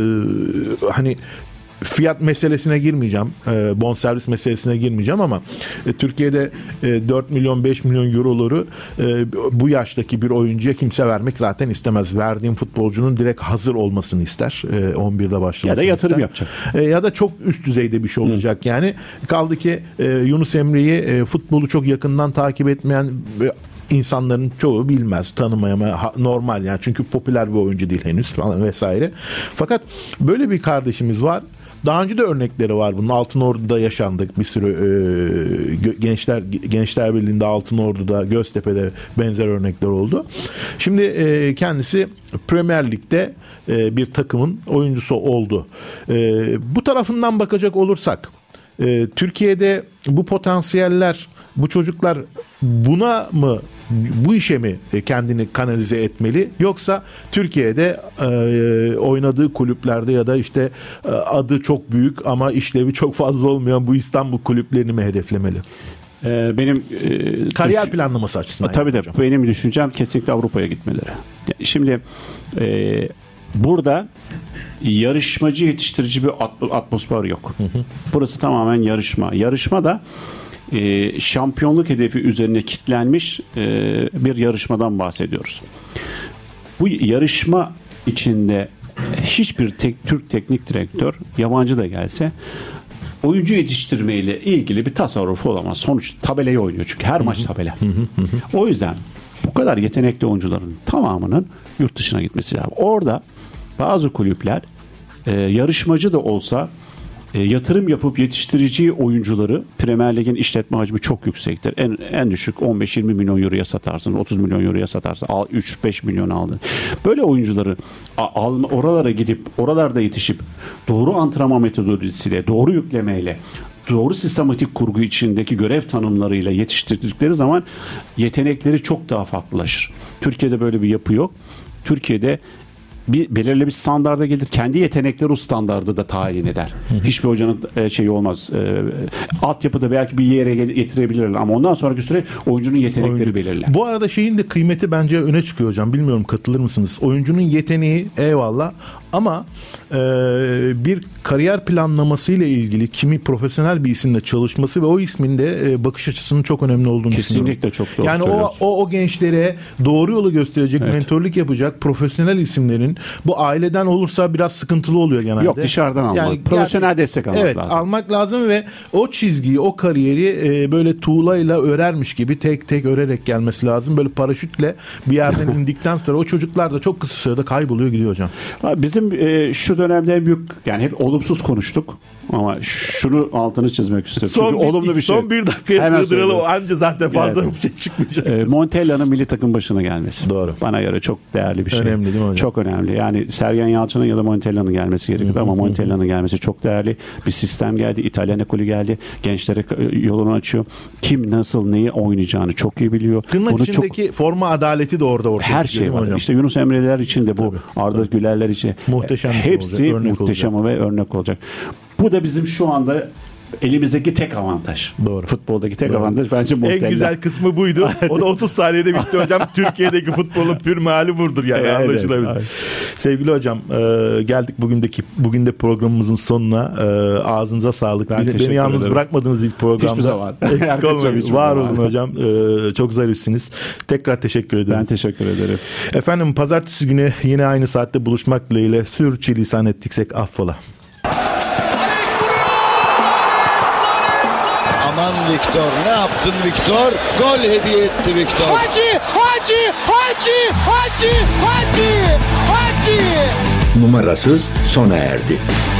[SPEAKER 4] hani fiyat meselesine girmeyeceğim. E, bonservis meselesine girmeyeceğim ama e, Türkiye'de e, dört milyon beş milyon euroları e, bu yaştaki bir oyuncuya kimse vermek zaten istemez. Verdiğim futbolcunun direkt hazır olmasını ister. E, on birde başlamasını
[SPEAKER 5] ya da yatırım
[SPEAKER 4] ister.
[SPEAKER 5] yapacak.
[SPEAKER 4] E, ya da çok üst düzeyde bir şey olacak. Hı. Yani kaldı ki e, Yunus Emre'yi e, futbolu çok yakından takip etmeyen e, İnsanların çoğu bilmez, tanımaya normal yani çünkü popüler bir oyuncu değil henüz falan vesaire. Fakat böyle bir kardeşimiz var. Daha önce de örnekleri var bunun. Altınordu'da yaşandık bir sürü e, gençler Gençler Birliği'nde, Altınordu'da, Göztepe'de benzer örnekler oldu. Şimdi e, kendisi Premier Lig'de e, bir takımın oyuncusu oldu. E, bu tarafından bakacak olursak e, Türkiye'de bu potansiyeller, bu çocuklar buna mı, bu işe mi kendini kanalize etmeli, yoksa Türkiye'de e, oynadığı kulüplerde ya da işte e, adı çok büyük ama işlevi çok fazla olmayan bu İstanbul kulüplerini mi hedeflemeli?
[SPEAKER 5] Ee, benim e,
[SPEAKER 4] kariyer
[SPEAKER 5] düş-
[SPEAKER 4] planlaması açısından.
[SPEAKER 5] Tabii de
[SPEAKER 4] hocam.
[SPEAKER 5] benim düşüncem kesinlikle Avrupa'ya gitmeleri. Şimdi e, burada yarışmacı yetiştirici bir at- atmosfer yok. Hı hı. Burası tamamen yarışma. Yarışma da e, şampiyonluk hedefi üzerine kitlenmiş e, bir yarışmadan bahsediyoruz. Bu yarışma içinde hiçbir tek, Türk teknik direktör, yabancı da gelse, oyuncu yetiştirmeyle ilgili bir tasarrufu olamaz. Sonuç tabelayı oynuyor çünkü her maç tabela. O yüzden bu kadar yetenekli oyuncuların tamamının yurt dışına gitmesi lazım. Orada bazı kulüpler e, yarışmacı da olsa e, yatırım yapıp yetiştireceği oyuncuları, Premier Lig'in işletme hacmi çok yüksektir. En en düşük on beş yirmi milyon euroya satarsın, otuz milyon euroya satarsın. üç beş milyon aldın. Böyle oyuncuları al, oralara gidip oralarda yetişip doğru antrenman metodolojisiyle, doğru yüklemeyle, doğru sistematik kurgu içindeki görev tanımlarıyla yetiştirdikleri zaman yetenekleri çok daha farklılaşır. Türkiye'de böyle bir yapı yok. Türkiye'de bir belirli bir standarda gelir. Kendi yetenekleri o standardı da tayin eder. Hı hı. Hiçbir hocanın e, şeyi olmaz. E, altyapıda belki bir yere getirebilirler ama ondan sonraki süre oyuncunun yetenekleri Oyuncu. belirler.
[SPEAKER 4] Bu arada şeyin de kıymeti bence öne çıkıyor hocam. Bilmiyorum katılır mısınız? Oyuncunun yeteneği eyvallah ama e, bir kariyer planlaması ile ilgili kimi profesyonel bir isimle çalışması ve o ismin de e, bakış açısının çok önemli olduğunu
[SPEAKER 5] Kesinlikle
[SPEAKER 4] düşünüyorum.
[SPEAKER 5] çok doğru.
[SPEAKER 4] Yani o, o o gençlere doğru yolu gösterecek, evet, mentörlük yapacak profesyonel isimlerin, bu aileden olursa biraz sıkıntılı oluyor genelde.
[SPEAKER 5] Yok, dışarıdan almak. Yani, profesyonel yani, destek almak
[SPEAKER 4] evet,
[SPEAKER 5] lazım.
[SPEAKER 4] Evet, almak lazım ve o çizgiyi, o kariyeri e, böyle tuğlayla örermiş gibi tek tek örerek gelmesi lazım. Böyle paraşütle bir yerden indikten sonra o çocuklar da çok kısa sürede kayboluyor gidiyor hocam.
[SPEAKER 5] Bizim e, şu dönemde en büyük, yani hep olumsuz konuştuk ama şunu altını çizmek istiyorum.
[SPEAKER 4] Son
[SPEAKER 5] Çünkü
[SPEAKER 4] bir,
[SPEAKER 5] olumlu bir şey.
[SPEAKER 4] Son bir dakikaya sığdıralım. Anca zaten fazla yani, bir şey çıkmayacak.
[SPEAKER 5] E, Montella'nın milli takım başına gelmesi.
[SPEAKER 4] Doğru.
[SPEAKER 5] Bana göre çok değerli bir şey.
[SPEAKER 4] Önemli değil mi hocam?
[SPEAKER 5] Çok önemli. Yani Sergen Yalçın'ın ya da Montella'nın gelmesi gerekiyordu ama Montella'nın gelmesi çok değerli. Bir sistem geldi. İtalyan ekolü geldi. Gençlere yolunu açıyor. Kim nasıl neyi oynayacağını çok iyi biliyor.
[SPEAKER 4] Tırnak
[SPEAKER 5] Bunu
[SPEAKER 4] içindeki çok... forma adaleti de orada ortaya
[SPEAKER 5] her şey var. Hocam. İşte Yunus Emre'ler için de bu. Tabii, Arda tabii. Güler'ler için.
[SPEAKER 4] Muhteşem
[SPEAKER 5] hepsi muhteşem olacak. Ve örnek olacak. Bu da bizim şu anda elimizdeki tek avantaj.
[SPEAKER 4] Doğru.
[SPEAKER 5] Futboldaki tek
[SPEAKER 4] Doğru.
[SPEAKER 5] avantaj bence Montella.
[SPEAKER 4] En güzel kısmı buydu. O da otuz saniyede bitti hocam. Türkiye'deki futbolun pür meali budur yani, evet, anlaşılabilir. Evet. Sevgili hocam, e, geldik bugündeki bugün de programımızın sonuna. E, ağzınıza sağlık. Bizi, beni yalnız ederim. Bırakmadınız ilk programda. Hiçbir zaman. Eksik olmayın. Var olun hocam. E, çok zarifsiniz. Tekrar teşekkür ederim.
[SPEAKER 5] Ben teşekkür ederim.
[SPEAKER 4] Efendim, pazartesi günü yine aynı saatte buluşmak dileğiyle. Sürçülisan ettiksek affola.
[SPEAKER 1] Aman Victor, ne yaptın Victor? Gol hediye etti Victor.
[SPEAKER 2] Hacı, Hacı, Hacı, Hacı, Hacı, Hacı.
[SPEAKER 3] Numarasız sona erdi.